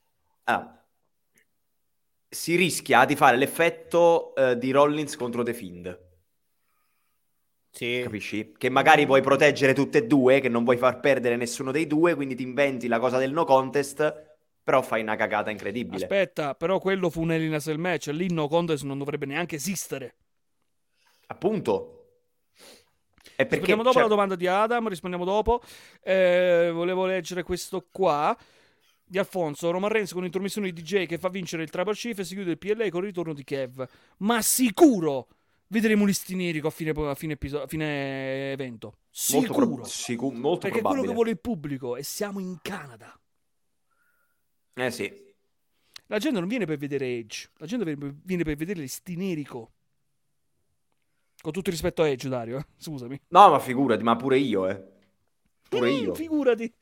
si rischia di fare l'effetto di Rollins contro The Fiend. Sì. Capisci? Che magari vuoi proteggere tutte e due, che non vuoi far perdere nessuno dei due, quindi ti inventi la cosa del no contest, però fai una cagata incredibile. Aspetta, però quello fu un Hell in a Cell match, lì no contest non dovrebbe neanche esistere. Appunto. E perché, rispondiamo dopo la domanda di Adam, rispondiamo dopo. Volevo leggere questo qua di Alfonso. Roman Reigns con intromissione di DJ che fa vincere il Tribal Chief e si chiude il PLA con il ritorno di Kev. Ma sicuro vedremo l'istinerico a fine evento. Sicuro. Molto perché è probabile. quello che vuole il pubblico e siamo in Canada. Sì. La gente non viene per vedere Edge, la gente viene per vedere l'istinerico. Con tutto il rispetto a Edge, Dario, scusami. No, ma figurati, ma pure io, Pure io. Figurati.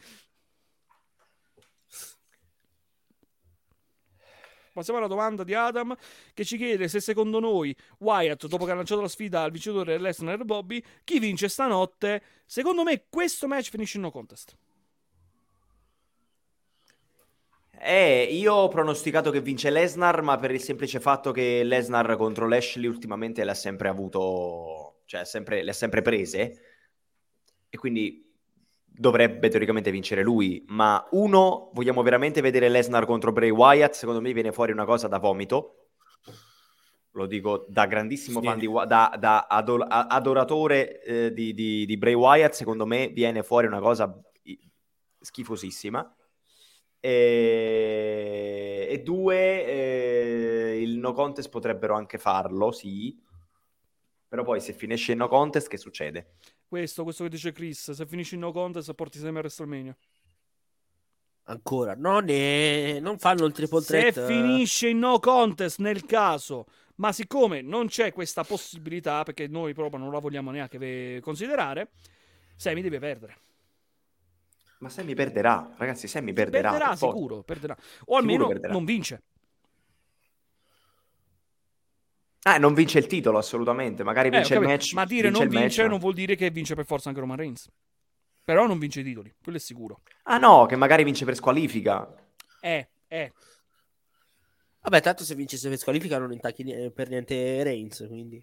Passiamo alla domanda di Adam che ci chiede se secondo noi Wyatt, dopo che ha lanciato la sfida al vincitore Lesnar e Bobby, chi vince stanotte? Secondo me questo match finisce in no contest. Io ho pronosticato che vince Lesnar, ma per il semplice fatto che Lesnar contro Lashley ultimamente le ha sempre avuto, cioè le ha sempre prese, e quindi dovrebbe teoricamente vincere lui. Ma vogliamo veramente vedere Lesnar contro Bray Wyatt? Secondo me viene fuori una cosa da vomito. Lo dico da grandissimo fan da adoratore di Bray Wyatt. Secondo me viene fuori una cosa schifosissima. E il no contest potrebbero anche farlo, sì. Però poi se finisce in no contest, che succede? Questo che dice Chris, se finisci in no contest porti Sami a WrestleMania. Ancora, non fanno il triple threat. Se finisce in no contest nel caso, ma siccome non c'è questa possibilità, perché noi proprio non la vogliamo neanche considerare, Sami deve perdere. Ma Sami perderà, ragazzi, Sami perderà. Perderà, sicuro, perderà. O almeno perderà. non vince. Non vince il titolo, assolutamente. Magari vince il match. Ma dire non vince non vuol dire che vince per forza anche Roman Reigns. Però non vince i titoli, quello è sicuro. No, che magari vince per squalifica. Vabbè, tanto se vince per squalifica non intacchi per niente Reigns, quindi.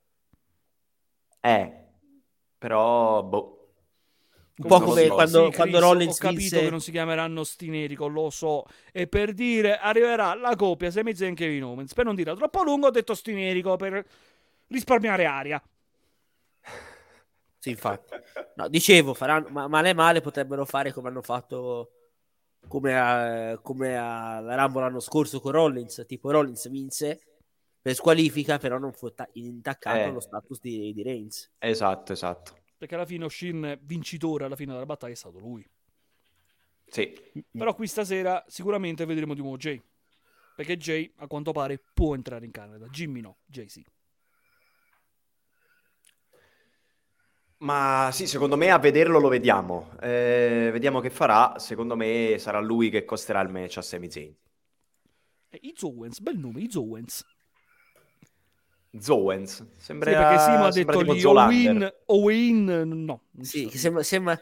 Però, Un po' come quando Rollins ho capito vinse... che non si chiameranno stinerico, lo so. E per dire arriverà la coppia Sami Zayn e Kevin Owens. Per non dire troppo a lungo ho detto stinerico per risparmiare aria. Sì, infatti. No, dicevo, faranno male potrebbero fare come hanno fatto come alla Rumble l'anno scorso con Rollins. Tipo Rollins vinse per squalifica, però non fu intaccato lo status di Reigns. Esatto. Perché alla fine O'Shin vincitore alla fine della battaglia è stato lui. Sì. Però qui stasera sicuramente vedremo di nuovo Jay. Perché Jay a quanto pare può entrare in Canada. Jimmy no, Jay sì. Ma sì, secondo me a vederlo lo vediamo. Vediamo che farà. Secondo me sarà lui che costerà il match a Sami Zayn. It's Owens, bel nome, It's Owens. Zowens. Sembra, sì, perché Simo ha detto lì Owen, no. Sì, che sembra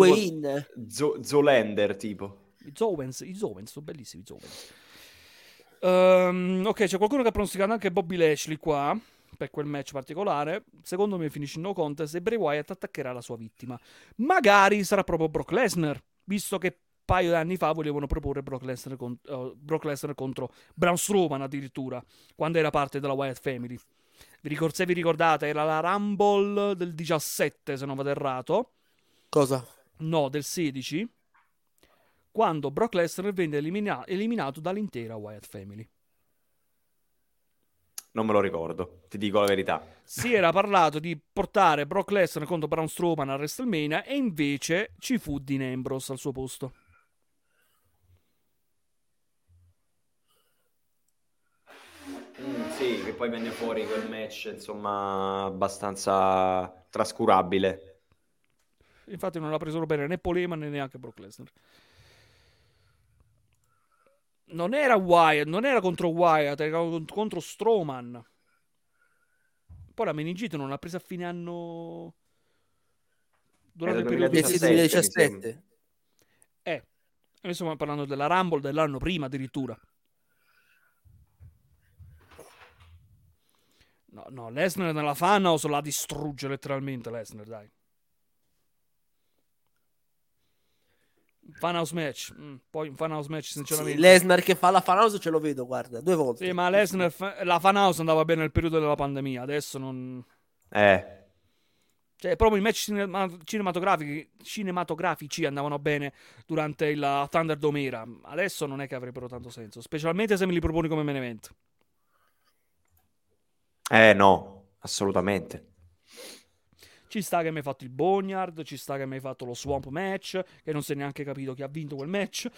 Halloween. Zolander, tipo. It's Owens, sono bellissimi It's Owens. Ok, c'è qualcuno che ha pronosticato anche Bobby Lashley qua per quel match particolare. Secondo me finisce in no contest e Bray Wyatt attaccherà la sua vittima. Magari sarà proprio Brock Lesnar, visto che un paio di anni fa volevano proporre Brock Lesnar contro Braun Strowman addirittura, quando era parte della Wyatt Family. Se vi ricordate, era la Rumble del 17, se non vado errato. Cosa? No, del 16, quando Brock Lesnar venne eliminato dall'intera Wyatt Family. Non me lo ricordo, ti dico la verità. Si era parlato di portare Brock Lesnar contro Braun Strowman a WrestleMania e invece ci fu Dean Ambrose al suo posto. Sì, che poi venne fuori quel match, insomma, abbastanza trascurabile. Infatti non l'ha preso bene né Paul Heyman né neanche Brock Lesnar. Non era Wyatt, non era contro Wyatt, era contro Strowman. Poi la meningite non l'ha presa a fine anno durante il periodo 2017. Noi stiamo parlando della Rumble dell'anno prima addirittura. No, Lesnar nella Funhouse la distrugge letteralmente Lesnar, dai. Funhouse match. Poi un Funhouse match sinceramente. Sì, Lesnar che fa la Funhouse ce lo vedo, guarda, 2 volte. Sì, ma Lesnar la Funhouse andava bene nel periodo della pandemia, adesso non... Cioè, proprio i match cinematografici andavano bene durante il Thunderdome era. Adesso non è che avrebbero tanto senso, specialmente se me li proponi come main event. No, assolutamente. Ci sta che mi hai fatto il Boneyard, ci sta che mi hai fatto lo Swamp match, che non si è neanche capito chi ha vinto quel match.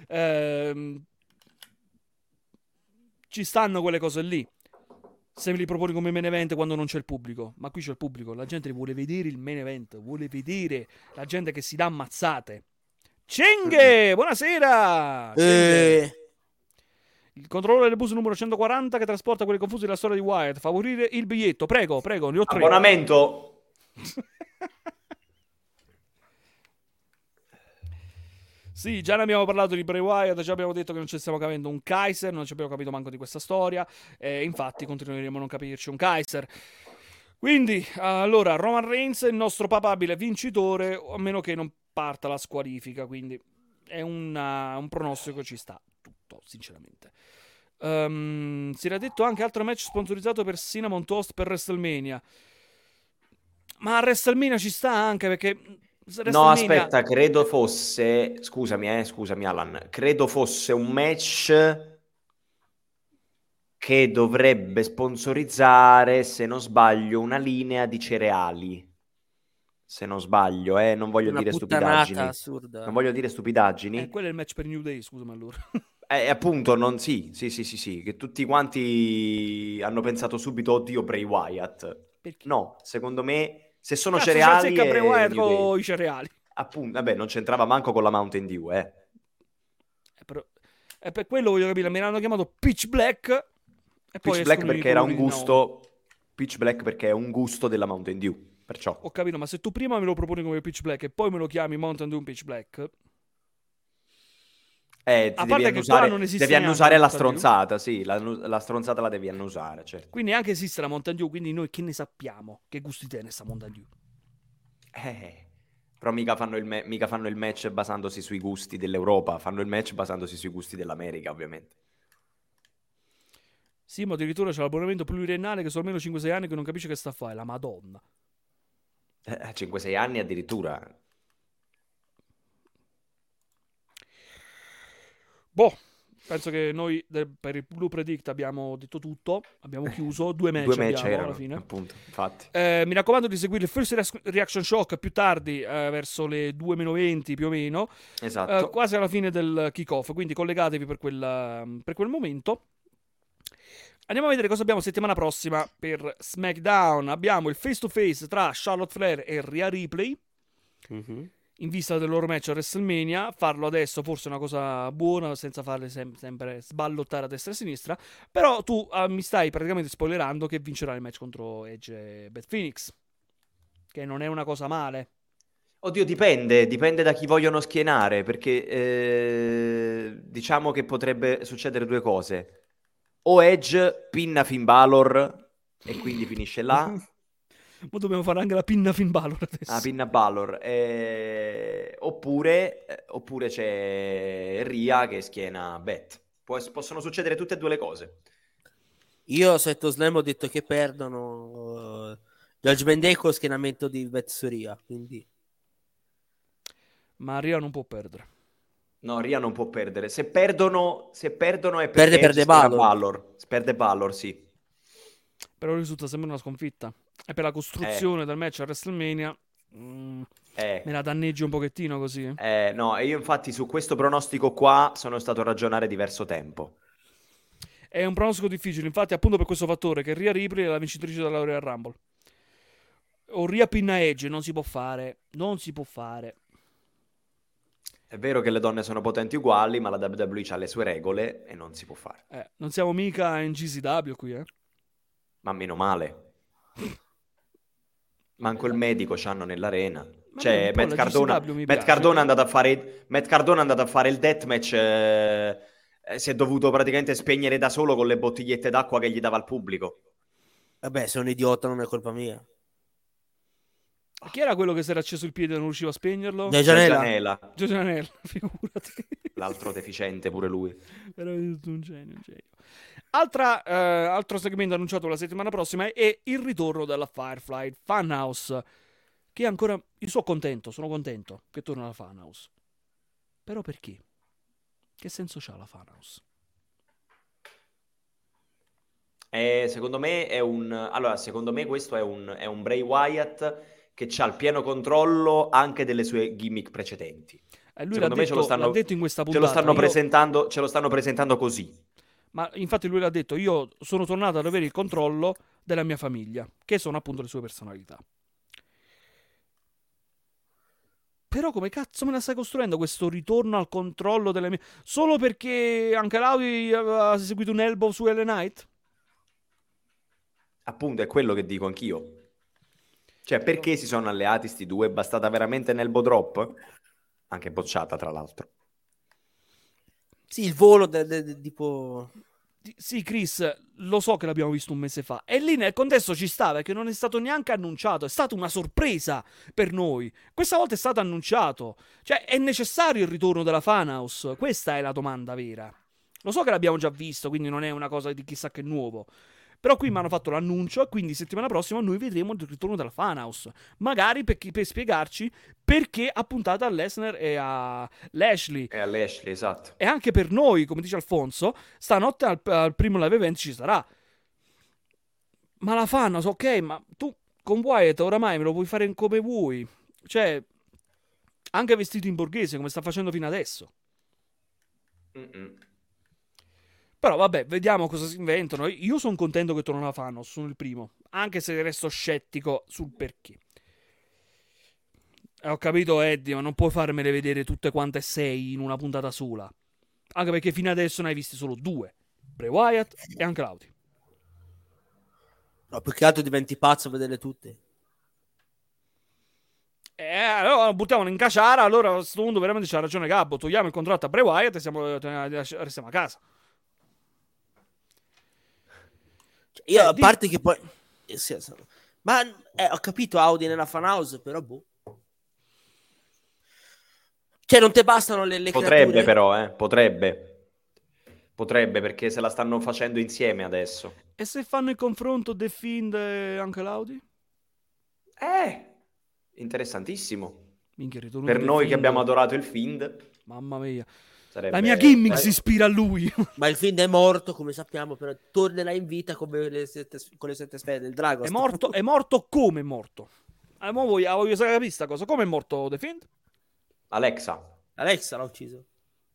Ci stanno quelle cose lì. Se me li proponi come main event quando non c'è il pubblico. Ma qui c'è il pubblico, la gente vuole vedere il main event, vuole vedere la gente che si dà ammazzate. Cenghe, buonasera! Il controllore del bus numero 140 che trasporta quelli confusi della storia di Wyatt. Favorire il biglietto, prego, ne ho 3. Abbonamento. Sì, già ne abbiamo parlato di Bray Wyatt, già abbiamo detto che non ci stiamo capendo un Kaiser, non ci abbiamo capito manco di questa storia, infatti continueremo a non capirci un Kaiser. Quindi, allora, Roman Reigns è il nostro papabile vincitore, a meno che non parta la squalifica, quindi è un pronostico che ci sta tutto, sinceramente. Si era detto anche altro match sponsorizzato per Cinnamon Toast per WrestleMania. Ma a WrestleMania ci sta anche perché... No, aspetta, credo fosse... Scusami Alan. Credo fosse un match che dovrebbe sponsorizzare, se non sbaglio, una linea di cereali. Se non sbaglio, non voglio dire stupidaggini. Assurda. Non voglio dire stupidaggini. Quello è il match per New Day, scusami allora. Appunto, non sì, che tutti quanti hanno pensato subito, oddio, Bray Wyatt. Perché? No, secondo me... Se sono Cazzo, cereali c'è Bray Wyatt con i cereali. Appunto, vabbè, non c'entrava manco con la Mountain Dew, E per quello voglio capire, me l'hanno chiamato Pitch Black. E poi Pitch Black perché era un gusto. Pitch Black perché è un gusto della Mountain Dew. Perciò. Ho capito, ma se tu prima me lo proponi come Pitch Black e poi me lo chiami Mountain Dew Pitch Black. A parte che qua non esiste, devi annusare la stronzata, sì, la stronzata la devi annusare, certo. Quindi neanche esiste la Mountain Dew, quindi noi che ne sappiamo che gusti tiene sta Mountain Dew? Però mica fanno il match basandosi sui gusti dell'Europa, fanno il match basandosi sui gusti dell'America, ovviamente. Sì, ma addirittura c'è l'abbonamento pluriennale che sono almeno 5-6 anni che non capisce che sta a fare, la Madonna. 5-6 anni addirittura. Boh, penso che noi per il Blue Predict abbiamo detto tutto, abbiamo chiuso, 2 match, erano, alla fine. Appunto, infatti. Mi raccomando di seguire il First Reaction Shock più tardi, verso le 2:20 più o meno. Esatto. Quasi alla fine del kick-off, quindi collegatevi per quel momento. Andiamo a vedere cosa abbiamo settimana prossima per SmackDown. Abbiamo il face-to-face tra Charlotte Flair e Rhea Ripley. In vista del loro match a WrestleMania. Farlo adesso forse è una cosa buona, senza farle sempre sballottare a destra e a sinistra. Però tu mi stai praticamente spoilerando che vincerà il match contro Edge e Beth Phoenix, che non è una cosa male. Oddio, dipende da chi vogliono schienare, perché diciamo che potrebbe succedere 2 cose. o Edge pinna Finn Balor e quindi finisce là. Ma dobbiamo fare anche la pinna Finn Balor adesso. Ah, pinna Balor. Oppure c'è Rhea che schiena Beth. Possono succedere tutte e due le cose. Io sotto Slam ho detto che perdono Judgment Day con lo schienamento di Beth su Rhea, quindi... Ma Rhea non può perdere. No, Rhea non può perdere. Se perdono è perché Perde Edge Balor. schiena Balor. Perde Balor, sì. Però risulta sempre una sconfitta. E per la costruzione del match a WrestleMania me la danneggi un pochettino così. No, e io infatti su questo pronostico qua sono stato a ragionare diverso tempo. È un pronostico difficile, infatti, appunto per questo fattore che Rhea Ripley è la vincitrice della Royal Rumble. O Rhea pinna Edge, non si può fare. Non si può fare. È vero che le donne sono potenti uguali, ma la WWE ha le sue regole e non si può fare. Non siamo mica in GCW qui, Ma meno male. Manco il medico c'hanno nell'arena. Ma Cioè, un po' Matt la Cardona, GCW mi Matt piace. Cardona è andato a fare il deathmatch. Si è dovuto praticamente spegnere da solo con le bottigliette d'acqua che gli dava al pubblico. Vabbè, se è un idiota non è colpa mia. Chi era quello che si era acceso il piede e non riusciva a spegnerlo? Gianella. Gianella, figurati. L'altro deficiente pure lui. Veramente un genio, un genio. Altro segmento annunciato la settimana prossima è il ritorno della Firefly Funhouse, che ancora... Io sono contento che torna la Funhouse. Però perché? Che senso c'ha la Funhouse? Secondo me secondo me questo è un Bray Wyatt che ha il pieno controllo anche delle sue gimmick precedenti. Lui Secondo me l'ha detto in questa puntata. ce lo stanno presentando così. Ma infatti lui l'ha detto, io sono tornato ad avere il controllo della mia famiglia, che sono appunto le sue personalità. Però come cazzo me la stai costruendo questo ritorno al controllo delle mie... Solo perché anche Laudi aveva seguito un elbow su LA Knight? Appunto, è quello che dico anch'io. Cioè, perché si sono alleati sti due? È bastata veramente un elbow drop? Anche bocciata, tra l'altro. Sì, il volo tipo... Sì, Chris, lo so che l'abbiamo visto un mese fa. E lì nel contesto ci sta, perché non è stato neanche annunciato. È stata una sorpresa per noi. Questa volta è stato annunciato. Cioè, è necessario il ritorno della Funhouse? Questa è la domanda vera. Lo so che l'abbiamo già visto, quindi non è una cosa di chissà che nuovo. Però qui mi hanno fatto l'annuncio e quindi settimana prossima noi vedremo il ritorno della Funhouse. Magari per spiegarci perché ha puntato a Lesnar e a Lashley. E a Lashley, esatto. E anche per noi, come dice Alfonso, stanotte al primo live event ci sarà. Ma la Funhouse, ok, ma tu con Wyatt oramai me lo puoi fare come vuoi. Cioè, anche vestito in borghese come sta facendo fino adesso. Però vabbè, vediamo cosa si inventano. Io sono contento che torna la Funhouse, sono il primo. Anche se resto scettico sul perché. Ho capito, Eddie, ma non puoi farmele vedere tutte quante 6 in una puntata sola. Anche perché fino adesso ne hai visti solo 2. Bray Wyatt e anche Laudi. No, più che altro diventi pazzo a vederle tutte. Allora buttiamolo in caciara. Allora a questo punto veramente c'ha ragione Gabbo. Togliamo il contratto a Bray Wyatt e restiamo a casa. Io a parte che poi... Ma ho capito Audi nella Funhouse, però boh. Cioè non te bastano le Potrebbe creature? però, Potrebbe, perché se la stanno facendo insieme adesso. E se fanno il confronto The Fiend e anche Laudi? Interessantissimo. Minchia, ritorno Per di The noi che Fiend. abbiamo adorato il Fiend. Mamma mia. Sarebbe... La mia gimmick si ispira a lui. Ma il Fiend è morto, come sappiamo, però tornerà in vita come con le 7 sfere del drago. È morto come è morto? Voglio sapere questa cosa. Come è morto The Fiend? Alexa l'ha ucciso.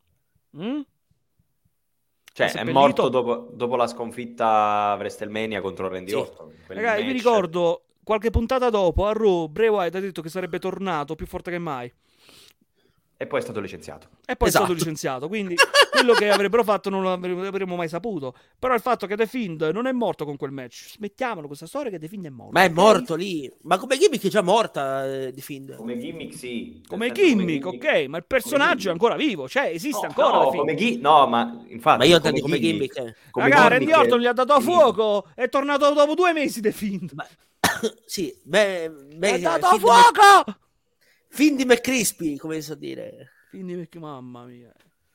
Cioè, è morto dopo la sconfitta a WrestleMania contro Randy Orton. Ragazzi, mi ricordo qualche puntata dopo a Raw, Bray Wyatt ha detto che sarebbe tornato più forte che mai. E poi è stato licenziato. Quindi quello che avrebbero fatto non lo avremmo mai saputo. Però il fatto che The Fiend non è morto con quel match, smettiamolo questa storia che The Fiend è morto. Ma è ok? morto lì. Ma come gimmick è già morta di Fiend. Come gimmick sì. Come Nel senso, gimmick, ok, ma il personaggio è ancora vivo, cioè esiste ancora The Fiend. No, ma infatti Ma io come intendo come gimmick. come Raga, gimmick Randy Orton è gli ha dato a finito. fuoco, è tornato dopo 2 mesi The Fiend. Ma... sì, beh, È dato a fuoco! Fiend di McCrispy, come so dire. Quindi, mamma mia.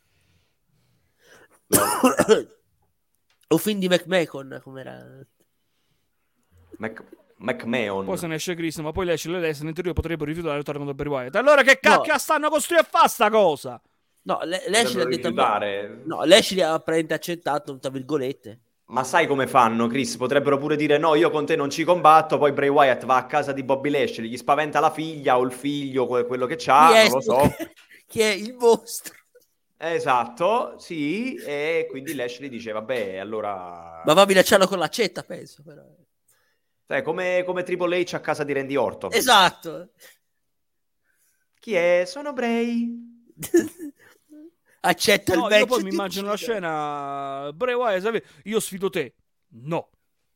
O Fiend di McMahon, come era? McMahon. Poi se ne esce Chris, ma poi lei le Lesnar in teoria potrebbero rifiutare il torneo da Bray Wyatt. Allora che cacchio stanno costruendo a fare sta cosa? No, Lashley ha detto rifiutare. no, Lashley ha praticamente accettato, tra virgolette. Ma sai come fanno, Chris? Potrebbero pure dire no, io con te non ci combatto, poi Bray Wyatt va a casa di Bobby Lashley, gli spaventa la figlia o il figlio, quello che c'ha, non lo so. Chi è il mostro? Esatto, sì, e quindi Lashley dice, vabbè, allora... Ma va a minacciarlo con l'accetta, penso. Però. Sai, come Triple H a casa di Randy Orton. Esatto. Chi è? Sono Bray. Accetta il No, match. io poi mi immagino la scena. Bray Wyatt, io sfido te. No.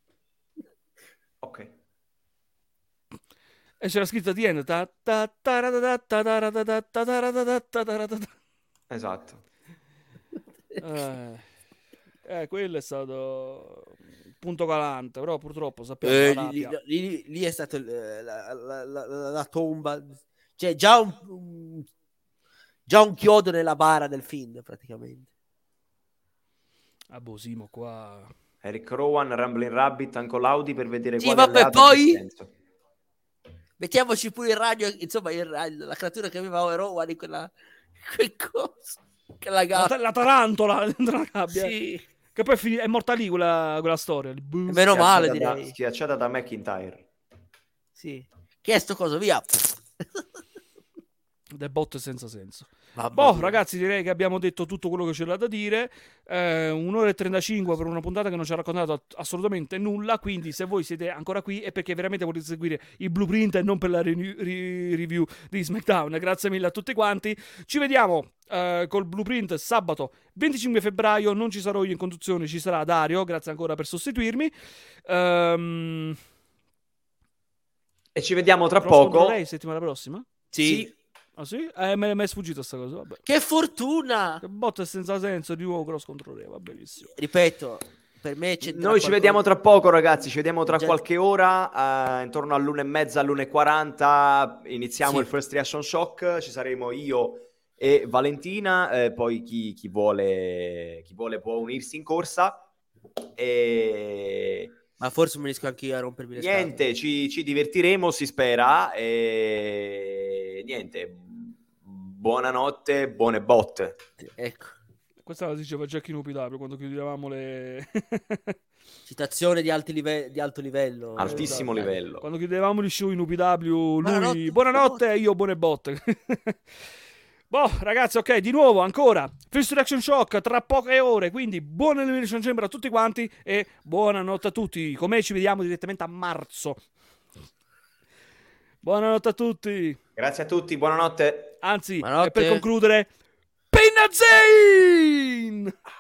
Ok. E c'era scritta di end. Esatto. Quello è stato punto calante, però purtroppo sappiamo la rabbia. Lì è stato la tomba. Cioè, già un chiodo nella bara del film, praticamente. Simo qua. Eric Rowan, Ramblin' Rabbit, Uncle Audi per vedere Sì, quale vabbè, alleato ha più poi senso. mettiamoci pure il ragno, insomma, la creatura che aveva Rowan in quel coso. Che la gabbia. La tarantola dentro la gabbia. Sì. Che poi è morta lì quella storia. Meno male, direi. Schiacciata da McIntyre. Sì. Che è sto coso, via. Del bot senza senso. Vabbè. Ragazzi, direi che abbiamo detto tutto quello che c'era da dire. 1 ora e 35 per una puntata che non ci ha raccontato assolutamente nulla. Quindi, se voi siete ancora qui, è perché veramente volete seguire il blueprint e non per la review di SmackDown. Grazie mille a tutti quanti. Ci vediamo col blueprint sabato 25 febbraio. Non ci sarò io in conduzione, ci sarà Dario. Grazie ancora per sostituirmi. E ci vediamo tra poco. Lei settimana prossima? Sì. Ah sì? Me è sfuggita sta cosa, vabbè. Che fortuna! Che botta senza senso di nuovo cross contro Re, va benissimo. Ripeto, per me c'è Noi ci vediamo tra poco, ragazzi. Ci vediamo tra qualche ora, intorno all'1:30, all'1:40. Iniziamo il First Reaction Shock. Ci saremo io e Valentina. Poi chi vuole può unirsi in corsa. Ma forse mi riesco anche io a rompermi le scatole. Niente, ci divertiremo, si spera. E niente. Buonanotte, buone botte. Ecco. Questa la diceva Jackie Nupidabio quando chiudevamo le... Citazione di alto livello. Altissimo livello. Quando chiudevamo gli show in UPW, lui... Buonanotte, Buonanotte e io buone botte. Ragazzi, ok, di nuovo, ancora First Reaction Shock tra poche ore, quindi buona Elimination Chamber a tutti quanti e buonanotte a tutti. Con me ci vediamo direttamente a marzo. Buonanotte a tutti. Grazie a tutti, buonanotte. Anzi, Buonanotte. e per concludere, Pinna Zane!